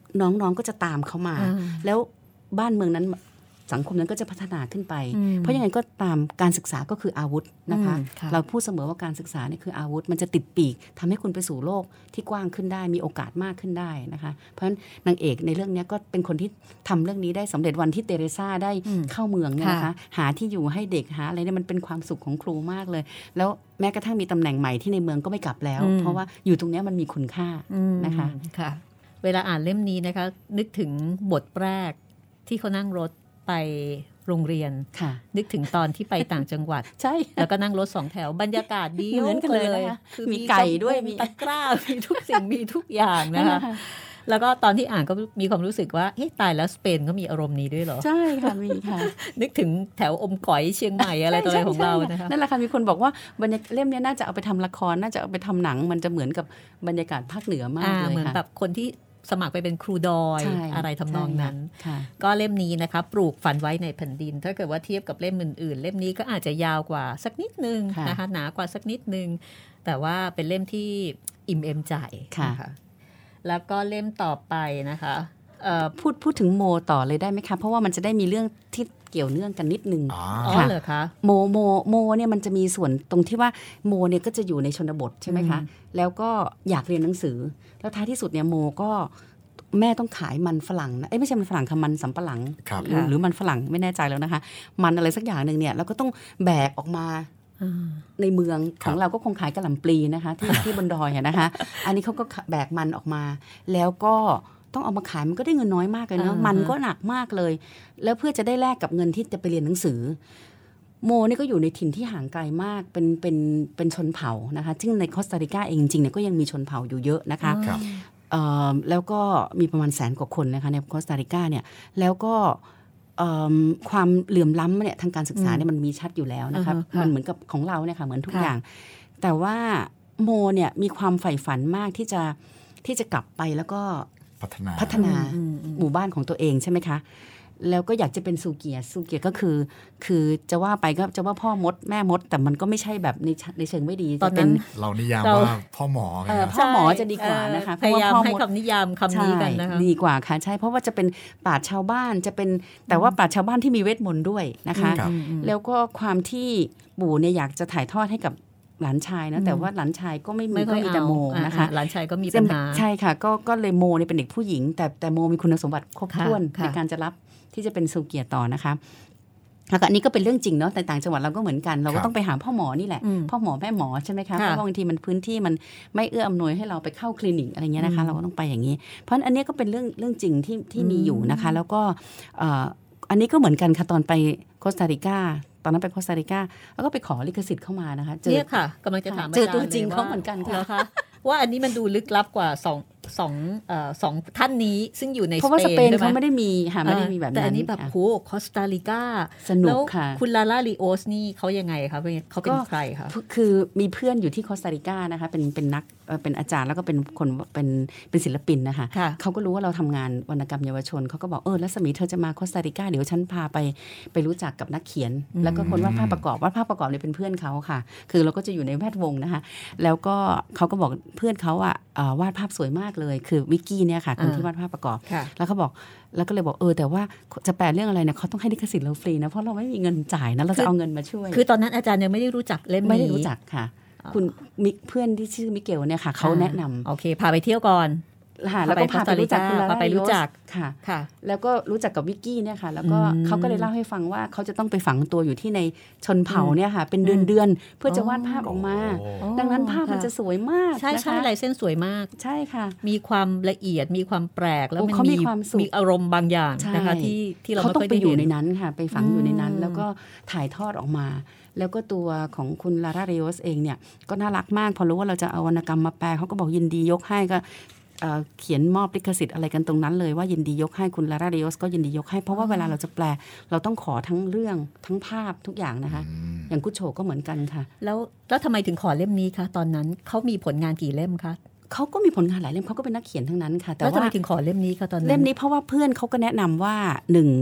น้องๆก็จะตามเขามาแล้วบ้านเมืองนั้นสังคมนั้นก็จะพัฒนาขึ้นไปเพราะยังไงก็ตามการศึกษาก็คืออาวุธนะคะเราพูดเสมอว่าการศึกษานี่คืออาวุธมันจะติดปีกทำให้คุณไปสู่โลกที่กว้างขึ้นได้มีโอกาสมากขึ้นได้นะคะเพราะฉะนั้นนางเอกในเรื่องนี้ก็เป็นคนที่ทำเรื่องนี้ได้สำเร็จวันที่เตเรซาได้เข้าเมืองเนี่ยนะคะหาที่อยู่ให้เด็กหาอะไรเนี่ยมันเป็นความสุขของครูมากเลยแล้วแม้กระทั่งมีตำแหน่งใหม่ที่ในเมืองก็ไม่กลับแล้วเพราะว่าอยู่ตรงนี้มันมีคุณค่านะคะค่ะเวลาอ่านเล่มนี้นะคะนึกถึงบทแรกที่เขานั่งรถไปโรงเรียนนึกถึงตอนที่ไปต่างจังหวัดใช่แล้วก็นั่งรถ2 แถวบรรยากาศดีเหมือนกันเลยนะคะคือมีไก่ด้วยมีตะกร้ามีทุกสิ่งมีทุกอย่างนะคะแล้วก็ตอนที่อ่านก็มีความรู้สึกว่าเฮ้ยตายแล้วสเปนก็มีอารมณ์นี้ด้วยเหรอใช่ค่ะมีค่ะนึกถึงแถวอมก๋อยเชียงใหม่อะไรตัวอะไรของเรานะคะนั่นแหละค่ะมีคนบอกว่าเล่มนี้น่าจะเอาไปทำละครน่าจะเอาไปทำหนังมันจะเหมือนกับบรรยากาศภาคเหนือมากเลยค่ะเหมือนแบบคนที่สมัครไปเป็นครูดอยอะไรทำนองนั้นก็เล่มนี้นะคะปลูกฝันไว้ในแผ่นดินถ้าเกิดว่าเทียบกับเล่มอื่นๆเล่มนี้ก็อาจจะยาวกว่าสักนิดนึงนะคะหนากว่าสักนิดนึงแต่ว่าเป็นเล่มที่อิ่มเอมใจนะคะแล้วก็เล่มต่อไปนะคะพูดถึงโมต่อเลยได้ไหมคะเพราะว่ามันจะได้มีเรื่องที่เกี่ยวเนื่องกันนิดนึงค่ะเหรอคะโมเนี่ยมันจะมีส่วนตรงที่ว่าโมเนี่ยก็จะอยู่ในชนบทใช่ไหมคะแล้วก็อยากเรียนหนังสือแล้วท้ายที่สุดเนี่ยโมก็แม่ต้องขายมันฝรั่งนะไม่ใช่มันฝรั่งค่ะมันสำปะหลังหรือมันฝรั่งไม่แน่ใจแล้วนะคะมันอะไรสักอย่างนึงเนี่ยแล้วก็ต้องแบกออกมาในเมืองของเราก็คงขายกะหล่ำปลีนะคะที่บนดอยนะคะอันนี้เขาก็แบกมันออกมาแล้วก็ต้องเอามาขายมันก็ได้เงินน้อยมากเลยเนาะมันก็หนักมากเลยแล้วเพื่อจะได้แลกกับเงินที่จะไปเรียนหนังสือโมนี่ก็อยู่ในถิ่นที่ห่างไกลมากเป็นชนเผ่านะคะซึ่งในคอสตาริกาเองจริงๆเนี่ยก็ยังมีชนเผ่าอยู่เยอะนะคะแล้วก็มีประมาณ100,000 กว่าคนนะคะในคอสตาริกาเนี่ยแล้วก็ความเหลื่อมล้ำเนี่ยทางการศึกษาเนี่ยมันมีชัดอยู่แล้วนะคะมันเหมือนกับของเราเนี่ยค่ะเหมือนทุกอย่างแต่ว่าโมเนี่ยมีความใฝ่ฝันมากที่จะกลับไปแล้วก็พัฒนาหมู่บ้านของตัวเองใช่ไหมคะแล้วก็อยากจะเป็นซูเกียก็คือจะว่าไปก็จะว่าพ่อมดแม่มดแต่มันก็ไม่ใช่แบบในเชิงไม่ดีตอนนั้นเรานิยามว่าพ่อหมอพ่อหมอจะดีกว่านะคะพยายามให้คำนิยามคำนี้กันนะคะดีกว่าค่ะใช่เพราะว่าจะเป็นปราชญ์ชาวบ้านจะเป็นแต่ว่าปราชญ์ชาวบ้านที่มีเวทมนต์ด้วยนะคะแล้วก็ความที่ปู่เนี่ยอยากจะถ่ายทอดให้กับหลานชายนะแต่ว่าหลานชายก็ไม่มีแต่โมนะคะหลานชายก็มีปัญหาใช่ค่ะก็เลยโมเนี่ยเป็นเด็กผู้หญิงแต่โมมีคุณสมบัติครบถ้วนในการจะรับที่จะเป็นซูเกียต่อนะคะแล้วก็อันนี้ก็เป็นเรื่องจริงเนาะแต่ต่างจังหวัดเราก็เหมือนกันเราก็ต้องไปหาพ่อหมอนี่แหละพ่อหมอแม่หมอใช่ไหมคะเพราะบางทีมันพื้นที่มันไม่เอื้ออำนวยให้เราไปเข้าคลินิกอะไรเงี้ยนะคะเราก็ต้องไปอย่างนี้เพราะอันนี้ก็เป็นเรื่องจริงที่มีอยู่นะคะแล้วก็อันนี้ก็เหมือนกันค่ะตอนไปโคสตาริกาตอนนั้นไปโคสตาริกาแล้วก็ไปขอลิขสิทธิ์เข้ามานะคะเนี่ยค่ะกำลังจะถามเจอตัวจริงเขาเหมือนกันค่ะว่าอันนี้มันดูลึกลับกว่าสองท่านนี้ซึ่งอยู่ในสเปนเพราะว่าสเปนเขาไม่ได้มีค่ะไม่ได้มีแบบนั้นแต่อันนี้แบบโหคอสตาริกาสนุกค่ะคุณลาล่าริโอสนี่เขายังไงคะเขาเป็นใครคะคือมีเพื่อนอยู่ที่คอสตาริกานะคะเป็นนักเป็นอาจารย์แล้วก็เป็นคนเป็นศิลปินนะคะเขาก็รู้ว่าเราทำงานวรรณกรรมเยาวชนเขาก็บอกแล้วสมีเธอจะมาคอสตาริกาเดี๋ยวฉันพาไปรู้จักกับนักเขียนแล้วก็คนวาดภาพประกอบเนี่ยเป็นเพื่อนเขาค่ะคือเราก็จะอยู่ในแวดวงนะคะแล้วก็เขาก็บอกเพื่อนเขาวาดภาพสวยมากเลยคือวิกกี้เนี่ยค่ะคนที่วาดภาพประกอบแล้วเขาบอกแล้วก็เลยบอกแต่ว่าจะแปลเรื่องอะไรเนี่ยเขาต้องให้ลิขสิทธิ์เราฟรีนะเพราะเราไม่มีเงินจ่ายนะเราจะเอาเงินมาช่วยคือตอนนั้นอาจารย์ยังไม่ได้รู้จักเล่มนี้ไม่ได้รู้จักค่ะคุณเพื่อนที่ชื่อมิเกลเนี่ยค่ะเขาแนะนำโอเคพาไปเที่ยวก่อนแล้วก็พาไปรู้จักคุณลาล่าไปรู้จักค่ะแล้วก็รู้จักกับวิกกี้เนี่ยค่ะแล้วก็เขาก็เลยเล่าให้ฟังว่าเขาจะต้องไปฝังตัวอยู่ที่ในชนเผ่าเนี่ยค่ะเป็นเดือนเพื่อจะวาดภาพออกมาดังนั้นภาพมันจะสวยมากใช่ลายเส้นสวยมากใช่ค่ะมีความละเอียดมีความแปลกแล้วมันมีอารมณ์บางอย่างนะคะที่เราไม่ค่อยได้เห็นเขาต้องไปอยู่ในนั้นค่ะไปฝังอยู่ในนั้นแล้วก็ถ่ายทอดออกมาแล้วก็ตัวของคุณลาร่าเรโอสเองเนี่ยก็น่ารักมากพอรู้ว่าเราจะเอาวรรณกรรมมาแปลเขาก็บอกยินดียกให้ก็เขียนมอบลิขสิทธิ์อะไรกันตรงนั้นเลยว่ายินดียกให้คุณลาร่าเรโอสก็ยินดียกให้เพราะว่าเวลาเราจะแปลเราต้องขอทั้งเรื่องทั้งภาพทุกอย่างนะคะอย่างกุชโชก็เหมือนกันค่ะแล้วทำไมถึงขอเล่มนี้คะตอนนั้นเขามีผลงานกี่เล่มคะเขาก็มีผลงานหลายเล่มเขาก็เป็นนักเขียนทั้งนั้นค่ะแต่ว่าทำไมถึงขอเล่มนี้คะตอนนั้นเล่มนี้เพราะว่าเพื่อนเขาก็แนะนำว่า1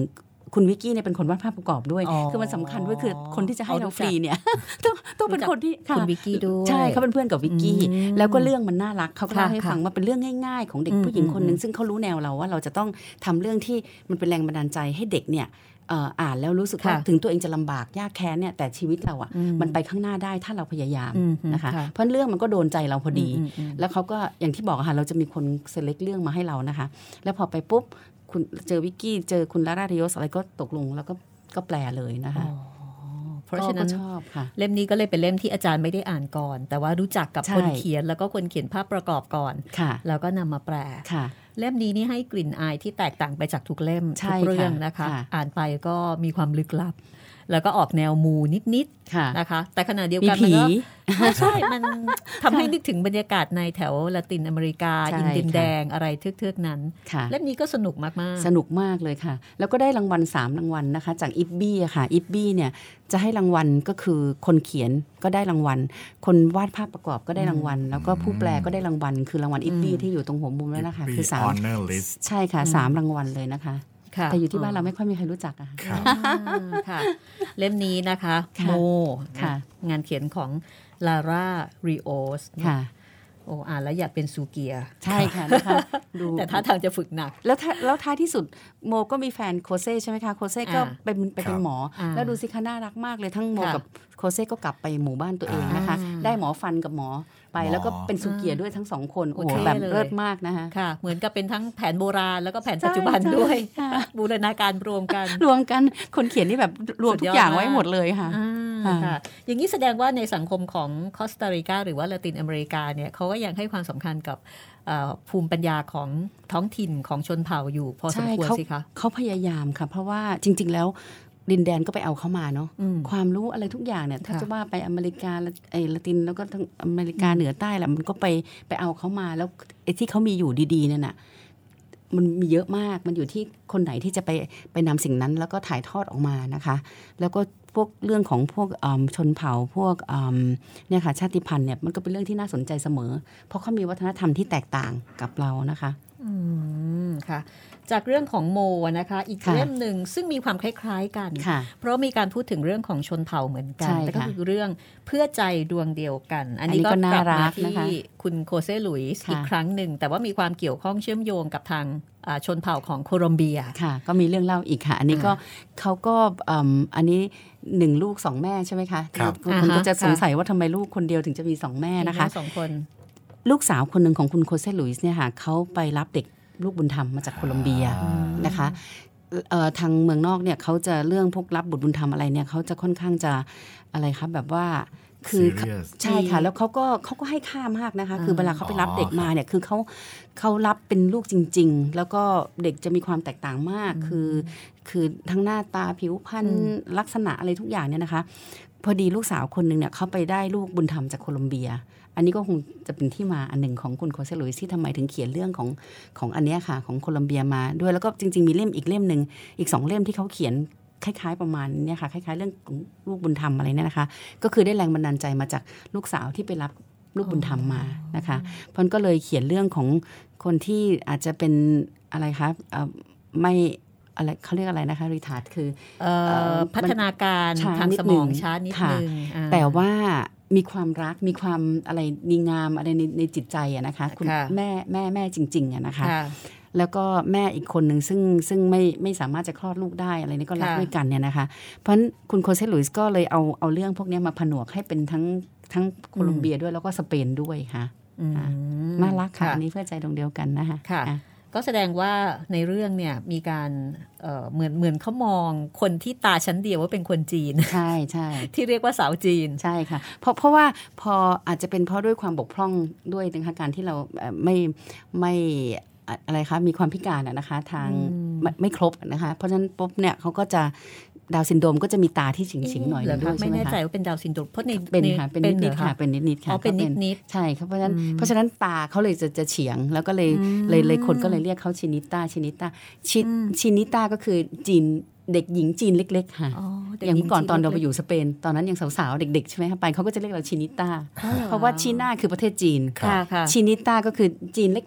คุณวิกกี้เนี่ยเป็นคนวาดภาพประกอบด้วยคือมันสำคัญด้วยคือคนที่จะให้เราฟรีเนี่ยต้องเป็นคนที่คุณวิกกี้ด้วยใช่เขาเป็นเพื่อนกับวิกกี้แล้วก็เรื่องมันน่ารักเขาก็เล่าให้ฟังว่าเป็นเรื่องง่ายๆของเด็กผู้หญิงคนนึงซึ่งเขารู้แนวเราว่าเราจะต้องทำเรื่องที่มันเป็นแรงบันดาลใจให้เด็กเนี่ยอ่านแล้วรู้สึกว่าถึงตัวเองจะลำบากยากแค้นเนี่ยแต่ชีวิตเราอ่ะมันไปข้างหน้าได้ถ้าเราพยายามนะคะเพราะเรื่องมันก็โดนใจเราพอดีแล้วเขาก็อย่างที่บอกค่ะเราจะมีคนเซเล็กเรื่องมาให้เรานะคะแล้วพอไปปุ๊บคุณเจอวิกกี้เจอคุณลาราริโอสอะไรก็ตกลงแล้วก็แปลเลยนะคะเพราะฉะนั้นชอบค่ะเล่มนี้ก็เลยเป็นเล่มที่อาจารย์ไม่ได้อ่านก่อนแต่ว่ารู้จักกับคนเขียนแล้วก็คนเขียนภาพประกอบก่อนแล้วก็นำมาแปลเล่มนี้นี่ให้กลิ่นอายที่แตกต่างไปจากทุกเล่มทุกเรื่องนะคะอ่านไปก็มีความลึกลับแล้วก็ออกแนวมูนิดๆนะคะแต่ขณะเดียวกันมันก็ใช่มันทำให้นึกถึงบรรยากาศในแถวละตินอเมริกาอินเดียนแดงอะไรเทือกๆนั้นเล่มนี้ก็สนุกมากๆสนุกมากเลยค่ะแล้วก็ได้รางวัล3รางวัลนะคะจากอิฟบี้ค่ะอิฟบี้เนี่ยจะให้รางวัลก็คือคนเขียนก็ได้รางวัลคนวาดภาพประกอบก็ได้รางวัลแล้วก็ผู้แปลก็ได้รางวัลคือรางวัลอิฟบี้ที่อยู่ตรงหัวมุมแล้วนะคะคือ3ใช่ค่ะ3รางวัลเลยนะคะแต่อยู่ที่บ้านเราไม่ค่อยมีใครรู้จักอะค่ะเล่มนี้นะคะโมงานเขียนของลาร่าริโอสโอ้อ่านแล้วอยากเป็นซูเกียใช่ค่ะนะคะดูแต่ถ้าทางจะฝึกหนักแล้วท้ายที่สุดโมก็มีแฟนโคเซ่ใช่ไหมคะโคเซ่ก็เป็นหมอแล้วดูสิคะน่ารักมากเลยทั้งโมกับโคเซ่ก็กลับไปหมู่บ้านตัวเองนะคะได้หมอฟันกับหมอไปแล้วก็เป็นซูเกียด้วยทั้ง2คนโอ้โหแบบเลิศมากนะคะค่ะเหมือนกับเป็นทั้งแผนโบราณแล้วก็แผนปัจจุบันด้วยบูรณาการรวมกันคนเขียนนี่แบบรวมทุกอย่างไว้หมดเลยค่ะอย่างนี้แสดงว่าในสังคมของคอสตาริกาหรือว่าละตินอเมริกาเนี่ยเขาก็ยังให้ความสำคัญกับภูมิปัญญาของท้องถิ่นของชนเผ่าอยู่พอสมควรสิคะเขาพยายามค่ะเพราะว่าจริงๆแล้วดินแดนก็ไปเอาเข้ามาเนาะความรู้อะไรทุกอย่างเนี่ยถ้าจะว่าไปอเมริกาละตินแล้วก็ทั้งอเมริกาเหนือใต้แหละมันก็ไปเอาเข้ามาแล้วไอ้ที่เขามีอยู่ดีๆนั่นน่ะมันมีเยอะมากมันอยู่ที่คนไหนที่จะไปนำสิ่งนั้นแล้วก็ถ่ายทอดออกมานะคะแล้วก็พวกเรื่องของพวกชนเผ่าพวกเนี่ยค่ะชาติพันธุ์เนี่ยมันก็เป็นเรื่องที่น่าสนใจเสมอเพราะเขามีวัฒนธรรมที่แตกต่างกับเรานะคะค่ะจากเรื่องของโมนะคะอีกเล่มหนึ่งซึ่งมีความคล้ายๆกันเพราะมีการพูดถึงเรื่องของชนเผ่าเหมือนกันแต่ก็คือเรื่องเพื่อใจดวงเดียวกันอันนี้ก็กลับมาที่คุณโคเซ่หลุยส์อีกครั้งหนึ่งแต่ว่ามีความเกี่ยวข้องเชื่อมโยงกับทางชนเผ่าของโคลอมเบียค่ะก็มีเรื่องเล่าอีกค่ะอันนี้ก็เขาก็อันนี้1ลูก2แม่ใช่ไหมคะคุณก็จะสงสัยว่าทำไมลูกคนเดียวถึงจะมี2แม่นะคะ 2คนลูกสาวคนหนึ่งของคุณโคเซ่หลุยส์เนี่ยค่ะเขาไปรับเด็กลูกบุญธรรมมาจากโคลอมเบียนะคะทางเมืองนอกเนี่ยเขาจะเรื่องพวกรับบุตรบุญธรรมอะไรเนี่ยเขาจะค่อนข้างจะอะไรครับแบบว่าคือใช่ค่ะแล้วเขาก็ให้ค่ามากนะคะคือเวลาเขาไปรับเด็กมาเนี่ยคือเขารับเป็นลูกจริงๆแล้วก็เด็กจะมีความแตกต่างมากคือทั้งหน้าตาผิวพรรณลักษณะอะไรทุกอย่างเนี่ยนะคะพอดีลูกสาวคนนึงเนี่ยเขาไปได้ลูกบุญธรรมจากโคลอมเบียอันนี้ก็คงจะเป็นที่มาอันหนึ่งของคุณโคเซลุยส์ที่ทำไมถึงเขียนเรื่องของอันนี้ค่ะของโคลอมเบียมาด้วยแล้วก็จริงๆมีเล่มอีกเล่มนึงอีก2เล่มที่เขาเขียนคล้ายๆประมาณนี้ค่ะคล้ายๆเรื่องลูกบุญธรรมอะไรเนี่ยนะคะก็คือได้แรงบันดาลใจมาจากลูกสาวที่ไปรับลูกบุญธรรมมานะคะเพราะก็เลยเขียนเรื่องของคนที่อาจจะเป็นอะไรคะไม่อะไรเขาเรียกอะไรนะคะรีทาร์ดคือพัฒนาการทางสมองช้านิดนึงแต่ว่ามีความรักมีความอะไรดีงามอะไรในจิตใจอะนะคะคุณแม่จริงๆอะนะคะแล้วก็แม่อีกคนหนึ่งซึ่งไม่สามารถจะคลอดลูกได้อะไรนี่ก็รักด้วยกันเนี่ยนะคะเพราะฉะนั้นคุณโคเซลุยส์ก็เลยเอาเรื่องพวกนี้มาผนวกให้เป็นทั้งโคลอมเบียด้วยแล้วก็สเปนด้วยค่ะน่ารักค่ะอันนี้เพื่อใจดวงเดียวกันนะคะก็แสดงว่าในเรื่องเนี่ยมีการเหมือนเขามองคนที่ตาชั้นเดียวว่าเป็นคนจีนใช่ใช่ที่เรียกว่าสาวจีนใช่ค่ะเพราะว่าพออาจจะเป็นเพราะด้วยความบกพร่องด้วยนะคะการที่เราไม่อะไรคะมีความพิการนะคะทางไม่ครบนะคะเพราะฉะนั้นปุ๊บเนี่ยเขาก็จะดาวซินโดรมก็จะมีตาที่ฉิงๆหน่อยด้วยใช่ไหมคะไม่แน่ใจว่าเป็นดาวซินโดรมเพราะในเป็นค่ะเป็นนิดๆค่ะเป็นนิดๆค่ะเป็นนิดๆใช่ครับเพราะฉะนั้นตาเขาเลยจะเฉียงแล้วก็เลยคนก็เลยเรียกเขาชินิต้าชินิต้าก็คือจีนเด็กหญิงจีนเล็กๆค่ะอย่างก่อนตอนเราไปอยู่สเปนตอนนั้นยังสาวๆเด็กๆใช่ไหมคะไปเขาก็จะเรียกเราชินิต้าเพราะว่าชีน่าคือประเทศจีนชินิต้าก็คือจีนเล็กๆ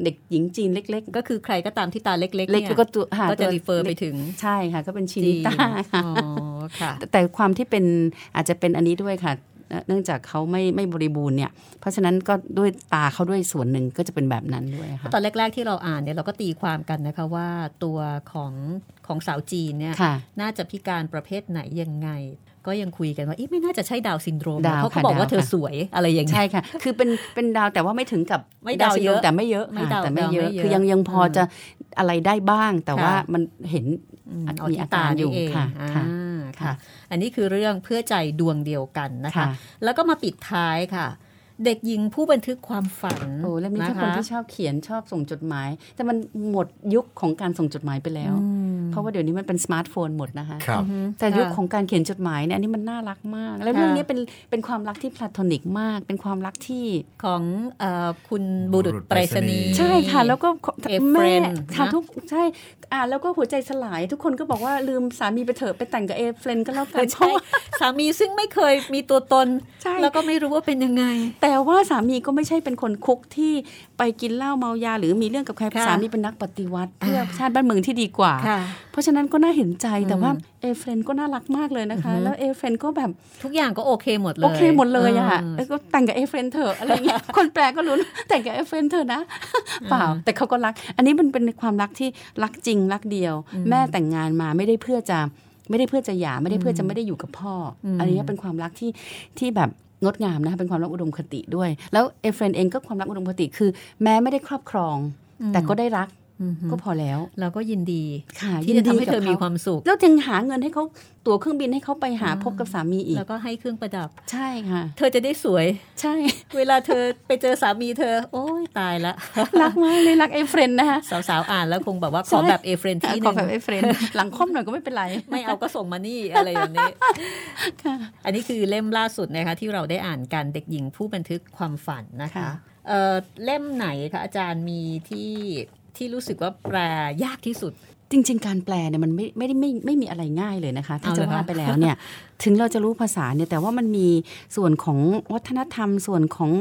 เด็กหญิงจีนเล็กๆก็คือใครก็ตามที่ตาเล็กๆเนี่ยก็จะรีเฟอร์ไปถึงใช่ค่ะก็เป็นชินิต้าค่ะแต่ความที่เป็นอาจจะเป็นอันนี้ด้วยค่ะเนื่องจากเขาไม่บริบูรณ์เนี่ยเพราะฉะนั้นก็ด้วยตาเขาด้วยส่วนหนึ่งก็จะเป็นแบบนั้นด้วยค่ะตอนแรกๆที่เราอ่านเนี่ยเราก็ตีความกันนะคะว่าตัวของสาวจีนเนี่ยน่าจะพิการประเภทไหนยังไงก็ยังคุยกันว่าไม่น่าจะใช่ดาวซินโดรมเพราะเขาบอกว่าเธอสวยอะไรอย่างนี้ใช่ค่ะคือเป็นดาวแต่ว่าไม่ถึงกับไม่ดาวเยอะแต่ไม่เยอะแต่ไม่เยอะคือยังพอจะอะไรได้บ้างแต่ว่ามันเห็นมีอาการอยู่ค่ะอันนี้คือเรื่องเพื่อใจดวงเดียวกันนะคะแล้วก็มาปิดท้ายค่ะเด็กหญิงผู้บันทึกความฝันโอ้แล้วมีทุกคนที่ชอบเขียนชอบส่งจดหมายแต่มันหมดยุคของการส่งจดหมายไปแล้วเพราะว่าเดี๋ยวนี้มันเป็นสมาร์ทโฟนหมดนะคะแต่ยุคของการเขียนจดหมายเนี่ยอันนี้มันน่ารักมากแล้วเรื่องนี้เป็นความรักที่พลาโทนิกมากเป็นความรักที่ของคุณบุรุษไปรษณีย์ใช่ค่ะแล้วก็แม่ค่ะทุกใช่แล้วก็หัวใจสลายทุกคนก็บอกว่าลืมสามีไปเถอะไปแต่งกับเฟรนก็แล้วกันใช่สามีซึ่งไม่เคยมีตัวตนแล้วก็ไม่รู้ว่าเป็นยังไงแต่ว่าสามีก็ไม่ใช่เป็นคนคุกที่ไปกินเหล้าเมายาหรือมีเรื่องกับใครสามีเป็นนักปฏิวัติเพื่อชาติบ้านเมืองที่ดีกว่าเพราะฉะนั้นก็น่าเห็นใจแต่ว่าเฟรนก็น่ารักมากเลยนะคะแล้วเฟรนก็แบบทุกอย่างก็โอเคหมดเลยโอเคหมดเลยอะก็แต่งกับเฟรนเถอะอะไรเงี้ยคนแปลก็รู้แต่งกับเฟรนเถอะนะเปล่าแต่เขาก็รักอันนี้มันเป็นความรักที่รักจริงรักเดียวแม่แต่งงานมาไม่ได้เพื่อจะหย่าไม่ได้เพื่อจะไม่ได้อยู่กับพ่ออันนี้เป็นความรักที่แบบงดงามนะคะเป็นความรักอุดมคติด้วยแล้วเฟรนเองก็ความรักอุดมคติคือแม้ไม่ได้ครอบครองแต่ก็ได้รักก็พอแล้วเราก็ยินดีที่จะทำให้เธอมีความสุขแล้วจึงหาเงินให้เขาตั๋วเครื่องบินให้เขาไปหาพบกับสามีอีกแล้วก็ให้เครื่องประดับใช่ค่ะเธอจะได้สวยใช่เวลาเธอไปเจอสามีเธอโอ๊ยตายละรักมากเลยรักเฟรนนะคะสาวๆอ่านแล้วคงแบบว่าขอแบบเฟรนที่นึงขอแบบเฟรนหลังค่อมหน่อยก็ไม่เป็นไรไม่เอาก็ส่งมานี่อะไรอย่างนี้อันนี้คือเล่มล่าสุดนะคะที่เราได้อ่านกันเด็กหญิงผู้บันทึกความฝันนะคะเล่มไหนคะอาจารย์มีที่รู้สึกว่าแปลยากที่สุดจริงๆการแปลเนี่ยมันไม่มีอะไรง่ายเลยนะคะถ้าจะว่าไปแล้วเนี่ยถึงเราจะรู้ภาษาเนี่ยแต่ว่ามันมีส่วนของวัฒนธรรมส่วนของ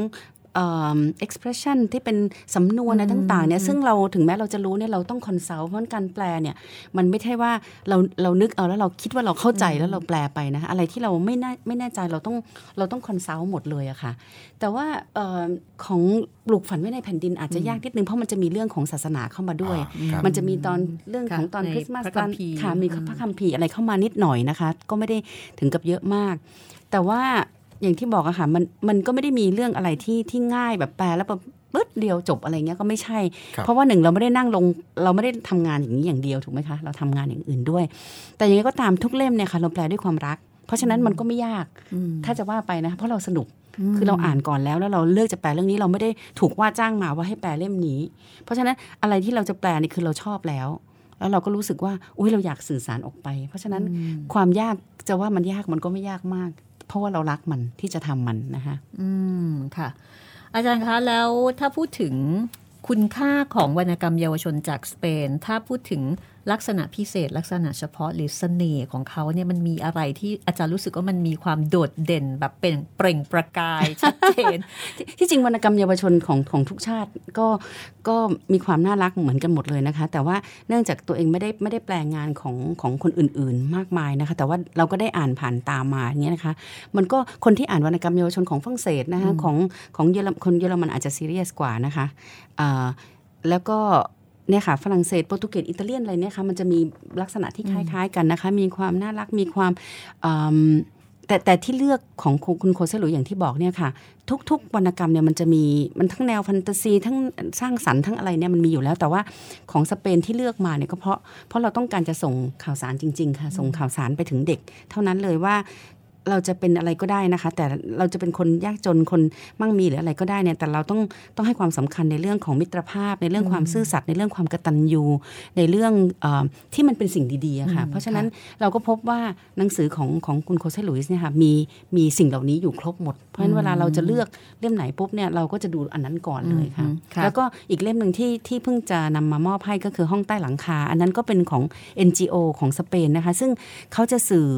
expression ที่เป็นสำนวนอะไรต่างๆเนี่ยซึ่งเราถึงแม้เราจะรู้เนี่ยเราต้องคอนซัลท์เพราะการแปลเนี่ยมันไม่ใช่ว่าเรานึกเอาแล้วเราคิดว่าเราเข้าใจแล้วเราแปลไปนะคะอะไรที่เราไม่แน่ใจเราต้องคอนซัลท์หมดเลยอะค่ะแต่ว่าของปลูกฝันไว้ในแผ่นดินอาจจะยากนิดนึงเพราะมันจะมีเรื่องของศาสนาเข้ามาด้วยมันจะมีตอนเรื่องของตอนคริสต์มาสตอนค่ะมีพระคัมภีร์อะไรเข้ามานิดหน่อยนะคะก็ไม่ได้ถึงกับเยอะมากแต่ว่าอย่างที่บอกอะค่ะมันก็ไม่ได้มีเรื่องอะไรที่ง่ายแบบแปลแล้วแบบปึ๊ดเดียวจบอะไรเงี้ยก็ไม่ใช่เพราะว่าหนึ่งเราไม่ได้นั่งลงเราไม่ได้ทำงานอย่างนี้อย่างเดียวถูกไหมคะเราทำงานอย่างอื่นด้วยแต่อย่างนี้ก็ตามทุกเล่มเนี่ยค่ะเราแปลด้วยความรักเพราะฉะนั้นมันก็ไม่ยากถ้าจะว่าไปนะเพราะเราสนุกคือเราอ่านก่อนแล้วเราเลือกจะแปลเรื่องนี้เราไม่ได้ถูกว่าจ้างมาว่าให้แปลเล่มนี้เพราะฉะนั้นอะไรที่เราจะแปลนี่คือเราชอบแล้วเราก็รู้สึกว่าอุ๊ยเราอยากสื่อสารออกไปเพราะฉะนั้นความยากจะว่ามันยากมันก็ไม่ยากมากเพราะว่าเรารักมันที่จะทำมันนะคะค่ะอาจารย์คะแล้วถ้าพูดถึงคุณค่าของวรรณกรรมเยาวชนจากสเปนถ้าพูดถึงลักษณะพิเศษลักษณะเฉพาะหรือเสน่ห์ของเขาเนี่ยมันมีอะไรที่อาจารย์รู้สึกว่ามันมีความโดดเด่นแบบเป็นเปล่งประกายชัดเจนที่จริงวรรณกรรมเยาวชนของทุกชาติก็มีความน่ารักเหมือนกันหมดเลยนะคะแต่ว่าเนื่องจากตัวเองไม่ได้แปลงานของคนอื่นๆมากมายนะคะแต่ว่าเราก็ได้อ่านผ่านตามมาอย่างเงี้ยนะคะมันก็คนที่อ่านวรรณกรรมเยาวชนของฝรั่งเศสนะคะของคนเยอรมันอาจจะซีเรียสกว่านะคะแล้วก็เนี่ยค่ะฝรั่งเศสโปรตุเกสอิตาเลียนอะไรเนี่ยค่ะมันจะมีลักษณะที่คล้ายๆกันนะคะมีความน่ารักมีความแต่ที่เลือกของคุณโคเซลุอย่างที่บอกเนี่ยค่ะทุกวรรณกรรมเนี่ยมันจะมีมันทั้งแนวแฟนตาซีทั้งสร้างสรรค์ทั้งอะไรเนี่ยมันมีอยู่แล้วแต่ว่าของสเปนที่เลือกมาเนี่ยก็เพราะเราต้องการจะส่งข่าวสารจริงๆค่ะส่งข่าวสารไปถึงเด็กเท่านั้นเลยว่าเราจะเป็นอะไรก็ได้นะคะแต่เราจะเป็นคนยากจนคนมั่งมีหรืออะไรก็ได้เนี่ยแต่เราต้องให้ความสำคัญในเรื่องของมิตรภาพในเรื่องความซื่อสัตย์ในเรื่องความกตัญญูในเรื่องที่มันเป็นสิ่งดีๆค่ะเพราะฉะนั้นเราก็พบว่าหนังสือของคุณโคเซลุยส์เนี่ยค่ะมีสิ่งเหล่านี้อยู่ครบหมดเพราะฉะนั้นเวลาเราจะเลือกเล่มไหนปุ๊บเนี่ยเราก็จะดูอันนั้นก่อนเลยค่ะแล้วก็อีกเล่มนึงที่เพิ่งจะนำมามอบให้ก็คือห้องใต้หลังคาอันนั้นก็เป็นของ NGO ของสเปนนะคะซึ่งเขาจะสื่อ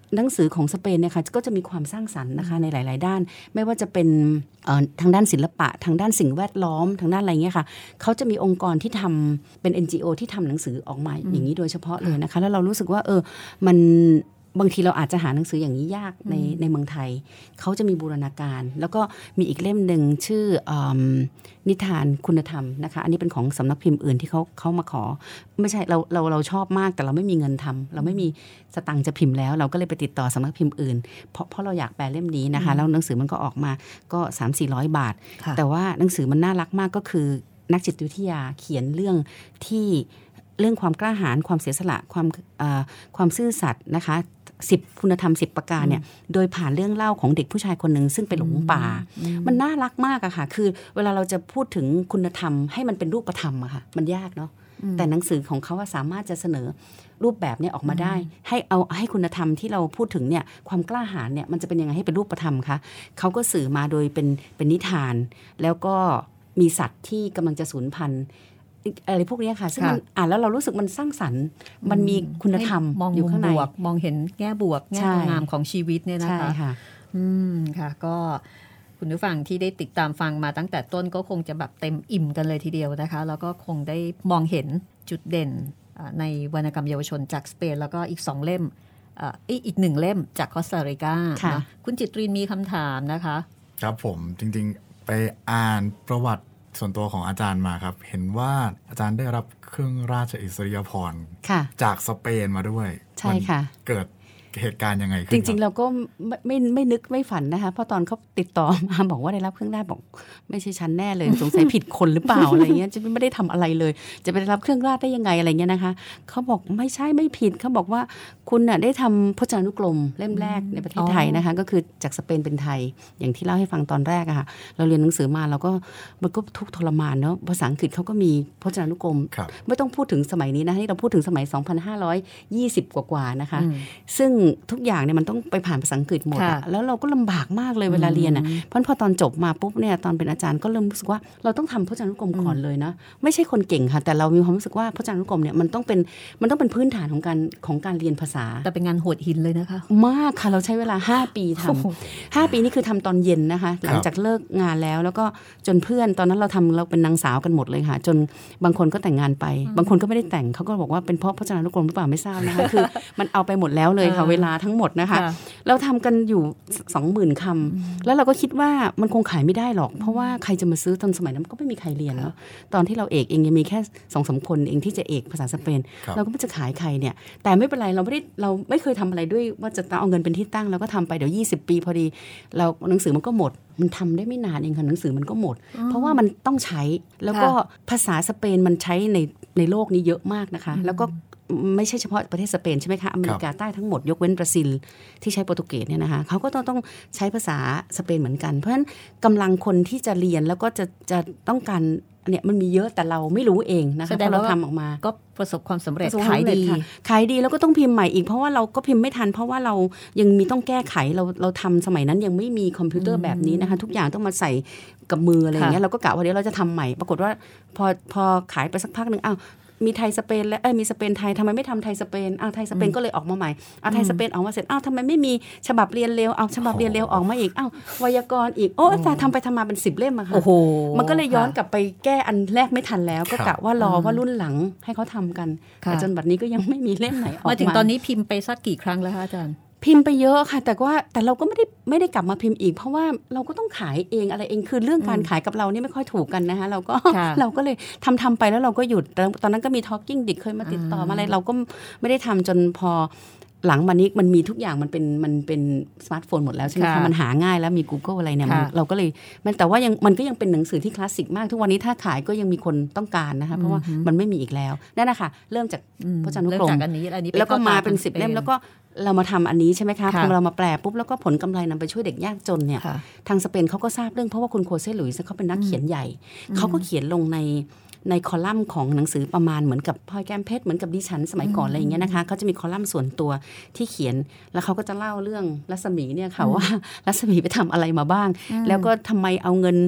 หนังสือของสเปนเนี่ยค่ะก็จะมีความสร้างสรรค์นะคะในหลายๆด้านไม่ว่าจะเป็นทางด้านศิลปะทางด้านสิ่งแวดล้อมทางด้านอะไรเงี้ยค่ะเขาจะมีองค์กรที่ทำเป็น NGO ที่ทำหนังสือออกมาอย่างนี้โดยเฉพาะเลยนะคะแล้วเรารู้สึกว่ามันบางทีเราอาจจะหาหนังสืออย่างนี้ยากในเมืองไทยเขาจะมีบูรณาการแล้วก็มีอีกเล่มหนึ่งชื่อนิทานคุณธรรมนะคะอันนี้เป็นของสำนักพิมพ์อื่นที่เขามาขอไม่ใช่เราชอบมากแต่เราไม่มีเงินทำเราไม่มีสตังค์จะพิมพ์แล้วเราก็เลยไปติดต่อสำนักพิมพ์อื่นเพราะเราอยากแปลเล่มนี้นะคะแล้วหนังสือมันก็ออกมาก็ 300-400 บาทแต่ว่าหนังสือมันน่ารักมากก็คือนักจิตวิทยาเขียนเรื่องความกล้าหาญความเสียสละความซื่อสัตย์นะคะ10คุณธรรม10ประการเนี่ยโดยผ่านเรื่องเล่าของเด็กผู้ชายคนหนึ่งซึ่งไปหลงป่ามันน่ารักมากอะค่ะคือเวลาเราจะพูดถึงคุณธรรมให้มันเป็นรูปธรรมอะค่ะมันยากเนาะแต่หนังสือของเขาสามารถจะเสนอรูปแบบเนี่ยออกมาได้ให้คุณธรรมที่เราพูดถึงเนี่ยความกล้าหาญเนี่ยมันจะเป็นยังไงให้เป็นรูปธรรมคะเขาก็สื่อมาโดยเป็นนิทานแล้วก็มีสัตว์ที่กำลังจะสูญพันธุ์อะไรพวกนี้ค่ะซึ่งมันอ่านแล้วเรารู้สึกมันสร้างสรรค์มันมีคุณธรรมอยู่ข้างในมองเห็นแง่บวกแง่งามของชีวิตเนี่ยนะคะค่ะค่ะก็คุณผู้ฟังที่ได้ติดตามฟังมาตั้งแต่ต้นก็คงจะแบบเต็มอิ่มกันเลยทีเดียวนะคะแล้วก็คงได้มองเห็นจุดเด่นในวรรณกรรมเยาวชนจากสเปนแล้วก็อีก2เล่มอีก1เล่มจากคอสตาริกานะคุณจิตรินมีคำถามนะคะครับผมจริงๆไปอ่านประวัติส่วนตัวของอาจารย์มาครับเห็นว่าอาจารย์ได้รับเครื่องราชอิสริยาภรณ์จากสเปนมาด้วยใช่ค่ะเกิดเหตุการณ์ยังไงขึ้นจริงๆเราก็ไม่นึกไม่ฝันนะคะเพราะตอนเขาติดต่อมาบอกว่าได้รับเครื่องราชบอกไม่ใช่ฉันแน่เลยสงสัยผิดคนหรือเปล่าอะไรเงี้ยจะไม่ได้ทำอะไรเลยจะไปได้รับเครื่องราชได้ยังไงอะไรเงี้ยนะคะเขาบอกไม่ใช่ไม่ผิดเขาบอกว่าคุณน่ะได้ทำพจนานุกรมเล่มแรกในประเทศไทยนะคะก็คือจากสเปนเป็นไทยอย่างที่เล่าให้ฟังตอนแรกอะค่ะเราเรียนหนังสือมาเราก็มันก็ทุกข์ทรมานเนาะภาษาอังกฤษเขาก็มีพจนานุกรมไม่ต้องพูดถึงสมัยนี้นะที่เราพูดถึงสมัย 2520 กว่าๆนะคะซึ่งทุกอย่างเนี่ยมันต้องไปผ่านภาษาอังกฤษหมดแล้วเราก็ลำบากมากเลยเวลาเรียนอ่ะเพราะพอตอนจบมาปุ๊บเนี่ยตอนเป็นอาจารย์ก็เริ่มรู้สึกว่าเราต้องทำพจนานุกรมก่อนเลยนะไม่ใช่คนเก่งค่ะแต่เรามีความรู้สึกว่าพจนานุกรมเนี่ยมันต้องเป็นพื้นฐานของการเรียนภาษาแต่เป็นงานโหดหินเลยนะคะมากค่ะเราใช้เวลา5 ปีทำ5 ปีนี่คือทำตอนเย็นนะคะหลังจากเลิกงานแล้วก็จนเพื่อนตอนนั้นเราเป็นนางสาวกันหมดเลยค่ะจนบางคนก็แต่งงานไปบางคนก็ไม่ได้แต่งเขาก็บอกว่าเป็นเพราะพจนานุกรมหรือเปล่าไม่ทราบนะคะคือมันเอาไปหมดแล้วเลยค่ะเวลาทั้งหมดนะคะเราทำกันอยู่ 20,000 คำแล้วเราก็คิดว่ามันคงขายไม่ได้หรอกเพราะว่าใครจะมาซื้อตอนสมัยนั้นก็ไม่มีใครเรียนแล้วตอนที่เราเอกเองยังมีแค่ 2-3 คนเองที่จะเอกภาษาสเปนเราก็ไม่จะขายใครเนี่ยแต่ไม่เป็นไรเราไม่เคยทำอะไรด้วยว่าจะเอาเงินเป็นที่ตั้งเราก็ทำไปเดี๋ยว20 ปีพอดีเราหนังสือมันก็หมดมันทำได้ไม่นานเองค่ะหนังสือมันก็หมดเพราะว่ามันต้องใช้แล้วก็ภาษาสเปนมันใช้ในโลกนี้เยอะมากนะคะแล้วก็ไม่ใช่เฉพาะประเทศสเปนใช่ไหมคะอเมริกาใต้ทั้งหมดยกเว้นบราซิลที่ใช้โปรตุเกสเนี่ยนะคะเขาก็ต้องใช้ภาษาสเปนเหมือนกันเพราะฉะนั้นกำลังคนที่จะเรียนแล้วก็จะต้องการเนี่ยมันมีเยอะแต่เราไม่รู้เองนะคะพอเราทำออกมาก็ประสบความสำเร็จขายดีแล้วก็ต้องพิมพ์ใหม่อีกเพราะว่าเราก็พิมพ์ไม่ทันเพราะว่าเรายังมีต้องแก้ไขเราทำสมัยนั้นยังไม่มีคอมพิวเตอร์แบบนี้นะคะทุกอย่างต้องมาใส่กับมืออะไรอย่างเงี้ยเราก็กะว่าเดี๋ยวเราจะทำใหม่ปรากฏว่าพอขายไปสักพักนึงมีไทยสเปนและมีสเปนไทยทำไมไม่ทำไทยสเปนไทยสเปนก็เลยออกมาใหม่ไทยสเปนออกมาเสร็จทำไมไม่มีฉบับเรียนเร็วฉบับเรียนเร็วออกมาอีกไวยากรณ์อีกแต่ทำไปทำมาเป็น10 เล่มอะค่ะมันก็เลยย้อนกลับไปแก้อันแรกไม่ทันแล้วก็กะว่ารอว่ารุ่นหลังให้เขาทำกันแต่จนบัดนี้ก็ยังไม่มีเล่มไหนออกมาถึงตอนนี้พิมพ์ไปสักกี่ครั้งแล้วคะอาจารย์พิมพ์ไปเยอะค่ะแต่เราก็ไม่ได้กลับมาพิมพ์อีกเพราะว่าเราก็ต้องขายเองอะไรเองคือเรื่องการขายกับเรานี่ไม่ค่อยถูกกันนะคะเราก็เลยทำไปแล้วเราก็หยุดตอนนั้นก็มี Talking Dick เคยมาติดต่อมาอะไรเราก็ไม่ได้ทำจนพอหลังมานี้มันมีทุกอย่างมันเป็นสมาร์ทโฟนหมดแล้วใช่ไหมคะมันหาง่ายแล้วมี Google อะไรเนี่ยเราก็เลยแต่ว่ามันก็ยังเป็นหนังสือที่คลาสสิกมากทุกวันนี้ถ้าขายก็ยังมีคนต้องการนะคะเพราะว่ามันไม่มีอีกแล้วนั่นนะคะเริ่มจากพจนานุกรมแล้วก็มาเป็น10 เล่มแล้วก็เรามาทำอันนี้ใช่ไหมคะพอเรามาแปลปุ๊บแล้วก็ผลกำไรนำไปช่วยเด็กยากจนเนี่ยทางสเปนเขาก็ทราบเรื่องเพราะว่าคุณโคเซ่หลุยส์เขาเป็นนักเขียนใหญ่เขาก็เขียนลงในคอลัมน์ของหนังสือประมาณเหมือนกับพลอยแก้มเพชรเหมือนกับดิฉันสมัยก่อนอะไรอย่างเงี้ยนะคะเขาจะมีคอลัมน์ส่วนตัวที่เขียนแล้วเขาก็จะเล่าเรื่องรัศมีเนี่ยค่ะว่ารัศมีไปทำอะไรมาบ้างแล้วก็ทำไมเอาเงิน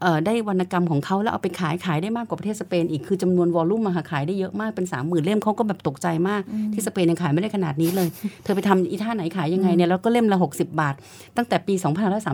ได้วรรณกรรมของเขาแล้วเอาไปขายได้มากกว่าประเทศสเปนอีกคือจำนวนวอลลุ่มมาขายได้เยอะมากเป็น 30,000 เล่มเขาก็แบบตกใจมากที่สเปนยังขายไม่ได้ขนาดนี้เลย เธอไปทำอีท่าไหนขายยังไงเนี่ยแล้วก็เล่มละ60 บาทตั้งแต่ปี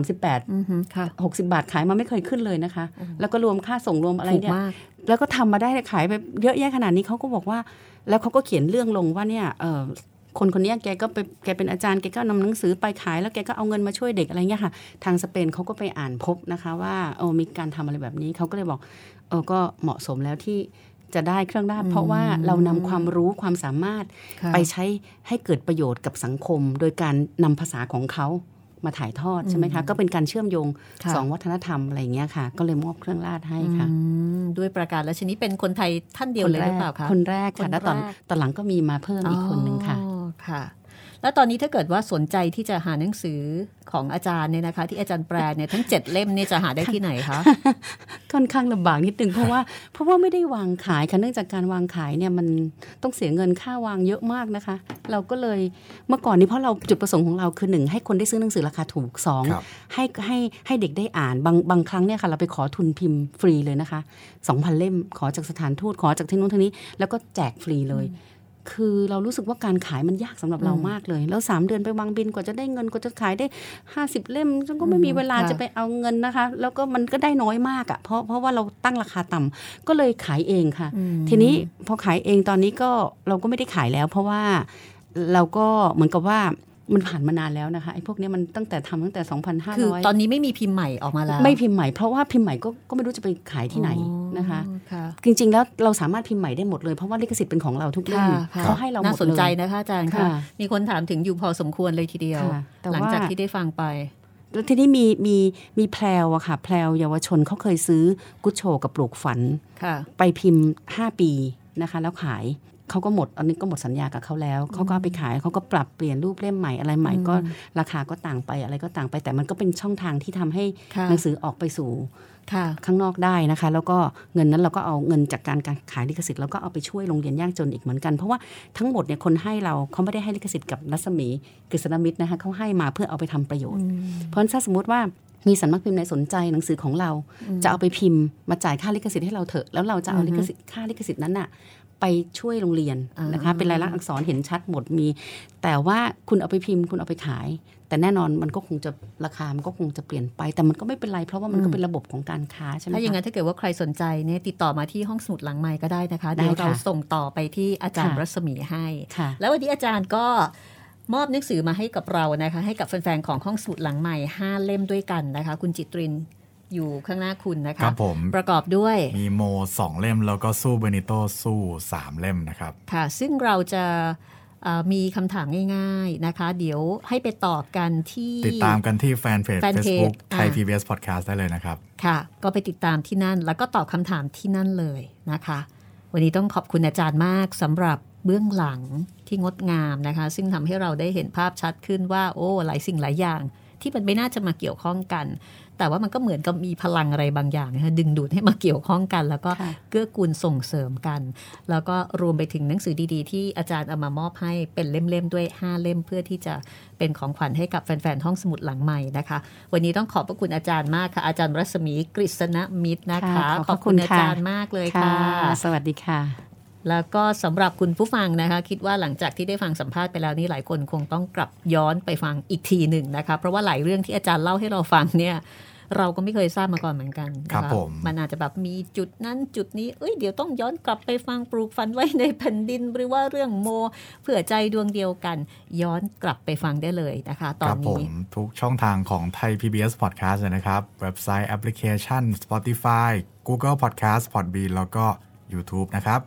2538ค่ะ60 บาทขายมาไม่เคยขึ้นเลยนะคะแล้วก็รวมค่าส่งรวมอะไรเนี่ยแล้วก็ทำมาได้ขายไปเยอะแยะขนาดนี้เขาก็บอกว่าแล้วเขาก็เขียนเรื่องลงว่าเนี่ยคนนี้แกเป็นอาจารย์แกก็นำหนังสือไปขายแล้วแกก็เอาเงินมาช่วยเด็กอะไรเงี้ยค่ะทางสเปนเขาก็ไปอ่านพบนะคะว่ามีการทำอะไรแบบนี้เขาก็เลยบอกก็เหมาะสมแล้วที่จะได้เครื่องราชเพราะว่าเรานำความรู้ความสามารถไปใช้ให้เกิดประโยชน์กับสังคมโดยการนำภาษาของเขามาถ่ายทอดใช่ไหมคะก็เป็นการเชื่อมโยง2วัฒนธรรมอะไรอย่างเงี้ยค่ะก็เลยมอบเครื่องราชให้ค่ะด้วยประกาศและชนิดเป็นคนไทยท่านเดียวเลยหรือเปล่าคะคนแรกค่ะแล้วตอนหลังก็มีมาเพิ่มอีกคนนึงค่ะค่ะแล้วตอนนี้ถ้าเกิดว่าสนใจที่จะหาหนังสือของอาจารย์เนี่ยนะคะที่อาจารย์แปลเนี่ยทั้ง7 เล่มเนี่ยจะหาได้ที่ไหนคะค่อนข้างลำบากนิดนึงเพราะว่าไม่ได้วางขายค่ะเนื่องจากการวางขายเนี่ยมันต้องเสียเงินค่าวางเยอะมากนะคะเราก็เลยเมื่อก่อนนี้เพราะเราจุดประสงค์ของเราคือ1ให้คนได้ซื้อหนังสือราคาถูก2ให้เด็กได้อ่านบางครั้งเนี่ยค่ะเราไปขอทุนพิมพ์ฟรีเลยนะคะ 2,000 เล่มขอจากสถานทูตขอจากที่นู้นที่นี้แล้วก็แจกฟรีเลยคือเรารู้สึกว่าการขายมันยากสำหรับเรามากเลยแล้ว3 เดือนไปวางบินกว่าจะได้เงินกว่าจะขายได้50 เล่มฉันก็ไม่มีเวลาจะไปเอาเงินนะคะแล้วก็มันก็ได้น้อยมากอ่ะเพราะว่าเราตั้งราคาต่ำก็เลยขายเองค่ะทีนี้พอขายเองตอนนี้ก็เราก็ไม่ได้ขายแล้วเพราะว่าเราก็เหมือนกับว่ามันผ่านมานานแล้วนะคะไอ้พวกนี้มันตั้งแต่2500 คือตอนนี้ไม่มีพิมพ์ใหม่ออกมาแล้วไม่พิมพ์ใหม่เพราะว่าพิมพ์ใหม่ก็ไม่รู้จะไปขายที่ไหนนะคะจริงๆแล้วเราสามารถพิมพ์ใหม่ได้หมดเลยเพราะว่าลิขสิทธิ์เป็นของเราทุกเล่มเขาให้เราหมดเลยน่าสนใจนะคะอาจารย์ค่ะมีคนถามถึงอยู่พอสมควรเลยทีเดียวหลังจากที่ได้ฟังไปแล้วทีนี้มีแพรวอะค่ะแพรวเยาวชนเขาเคยซื้อกุ๊ดโชกับปลูกฝันไปพิมพ์5 ปีนะคะแล้วขายเขาก็หมดอันนี้ก็หมดสัญญากับเขาแล้วเขาก็เอาไปขายเขาก็ปรับเปลี่ยนรูปเล่มใหม่อะไรใหม่ก็ราคาก็ต่างไปอะไรก็ต่างไปแต่มันก็เป็นช่องทางที่ทำให้หนังสือออกไปสู่ข้างนอกได้นะคะแล้วก็เงินนั้นเราก็เอาเงินจากการขายลิขสิทธิ์แล้วก็เอาไปช่วยโรงเรียนยากจนอีกเหมือนกันเพราะว่าทั้งหมดเนี่ยคนให้เราเขาไม่ได้ให้ลิขสิทธิ์กับรัศมีกฤษณมิตรนะคะเขาให้มาเพื่อเอาไปทำประโยชน์เพราะถ้าสมมติว่ามีสำนักพิมพ์ไหนสนใจหนังสือของเราจะเอาไปพิมพ์มาจ่ายค่าลิขสิทธิ์ให้เราเถอะแล้วเราจะเอาค่าลิขสิทธิ์นั้นน่ะไปช่วยโรงเรียนนะคะเป็นลายลักษณ์อักษรเห็นชัดหมดมีแต่ว่าคุณเอาไปพิมพ์คุณเอาไปขายแต่แน่นอนมันก็คงจะราคามันก็คงจะเปลี่ยนไปแต่มันก็ไม่เป็นไรเพราะว่ามันก็เป็นระบบของการค้าใช่ไหมถ้าอย่างนั้นถ้าเกิดว่าใครสนใจเนี่ยติดต่อมาที่ห้องสมุดหลังไมค์ก็ได้นะคะเดี๋ยวเราส่งต่อไปที่อาจารย์รัศมีให้แล้ววันนี้อาจารย์ก็มอบหนังสือมาให้กับเรานะคะให้กับแฟนๆของห้องสมุดหลังไมค์5 เล่มด้วยกันนะคะคุณจิตรินอยู่ข้างหน้าคุณนะคะครับผมประกอบด้วยมีโม2 เล่มแล้วก็สู้เบนิโตสู้3 เล่มนะครับค่ะซึ่งเราจะมีคำถามง่ายๆนะคะเดี๋ยวให้ไปตอบกันที่ติดตามกันที่แฟนเพจ Facebook ไทย PBS Podcast ได้เลยนะครับค่ะก็ไปติดตามที่นั่นแล้วก็ตอบคำถามที่นั่นเลยนะคะวันนี้ต้องขอบคุณอาจารย์มากสำหรับเบื้องหลังที่งดงามนะคะซึ่งทำให้เราได้เห็นภาพชัดขึ้นว่าโอ้หลายสิ่งหลายอย่างที่มันไม่น่าจะมาเกี่ยวข้องกันแต่ว่ามันก็เหมือนกับมีพลังอะไรบางอย่างนะคะดึงดูดให้มาเกี่ยวข้องกันแล้วก็เกื้อกูลส่งเสริมกันแล้วก็รวมไปถึงหนังสือดีๆที่อาจารย์เอามามอบให้เป็นเล่มๆด้วย5 เล่มเพื่อที่จะเป็นของขวัญให้กับแฟนๆห้องสมุดหลังใหม่นะคะวันนี้ต้องขอบพระคุณอาจารย์มากค่ะอาจารย์รัศมีกฤษณมิตรนะคะขอบคุณอาจารย์มากเลยค่ะสวัสดีค่ะแล้วก็สำหรับคุณผู้ฟังนะคะคิดว่าหลังจากที่ได้ฟังสัมภาษณ์ไปแล้วนี่หลายคนคงต้องกลับย้อนไปฟังอีกทีหนึ่งนะคะเพราะว่าหลายเรื่องที่อาจารย์เล่าให้เราฟังเนี่ยเราก็ไม่เคยทราบมาก่อนเหมือนกันนะคะมันอาจจะแบบมีจุดนั้นจุดนี้เดี๋ยวต้องย้อนกลับไปฟังปลูกฝันไว้ในแผ่นดินหรือว่าเรื่องโมเผื่อใจดวงเดียวกันย้อนกลับไปฟังได้เลยนะคะตอนนี้ทุกช่องทางของไทย PBS Podcast เลยนะครับเว็บไซต์แอปพลิเคชัน Spotify Google Podcast Podbean แล้วก็ YouTube นะครับ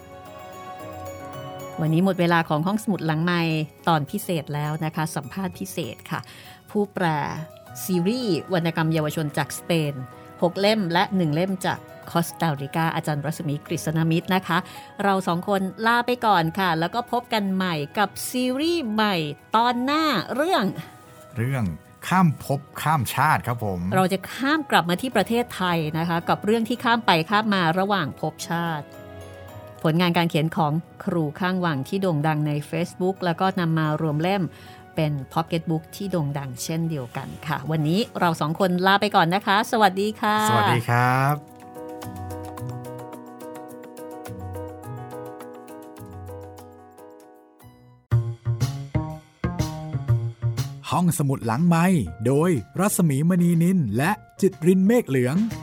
วันนี้หมดเวลาของห้องสมุดหลังไมค์ตอนพิเศษแล้วนะคะสัมภาษณ์พิเศษค่ะผู้แปลซีรีส์วรรณกรรมเยาวชนจากสเปน6 เล่มและ1 เล่มจากคอสตาริกาอาจารย์รัศมีกฤษณมิตรนะคะเรา2 คนลาไปก่อนค่ะแล้วก็พบกันใหม่กับซีรีส์ใหม่ตอนหน้าเรื่องข้ามภพข้ามชาติครับผมเราจะข้ามกลับมาที่ประเทศไทยนะคะกับเรื่องที่ข้ามไปข้ามมาระหว่างภพชาติผลงานการเขียนของครูข้างวังที่โด่งดังใน Facebook แล้วก็นำมารวมเล่มเป็นพ็อกเก็ตบุ๊กที่โด่งดังเช่นเดียวกันค่ะวันนี้เราสองคนลาไปก่อนนะคะสวัสดีค่ะสวัสดีครับห้องสมุดหลังไมค์โดยรัศมีมณีนินและจิตรินเมฆเหลือง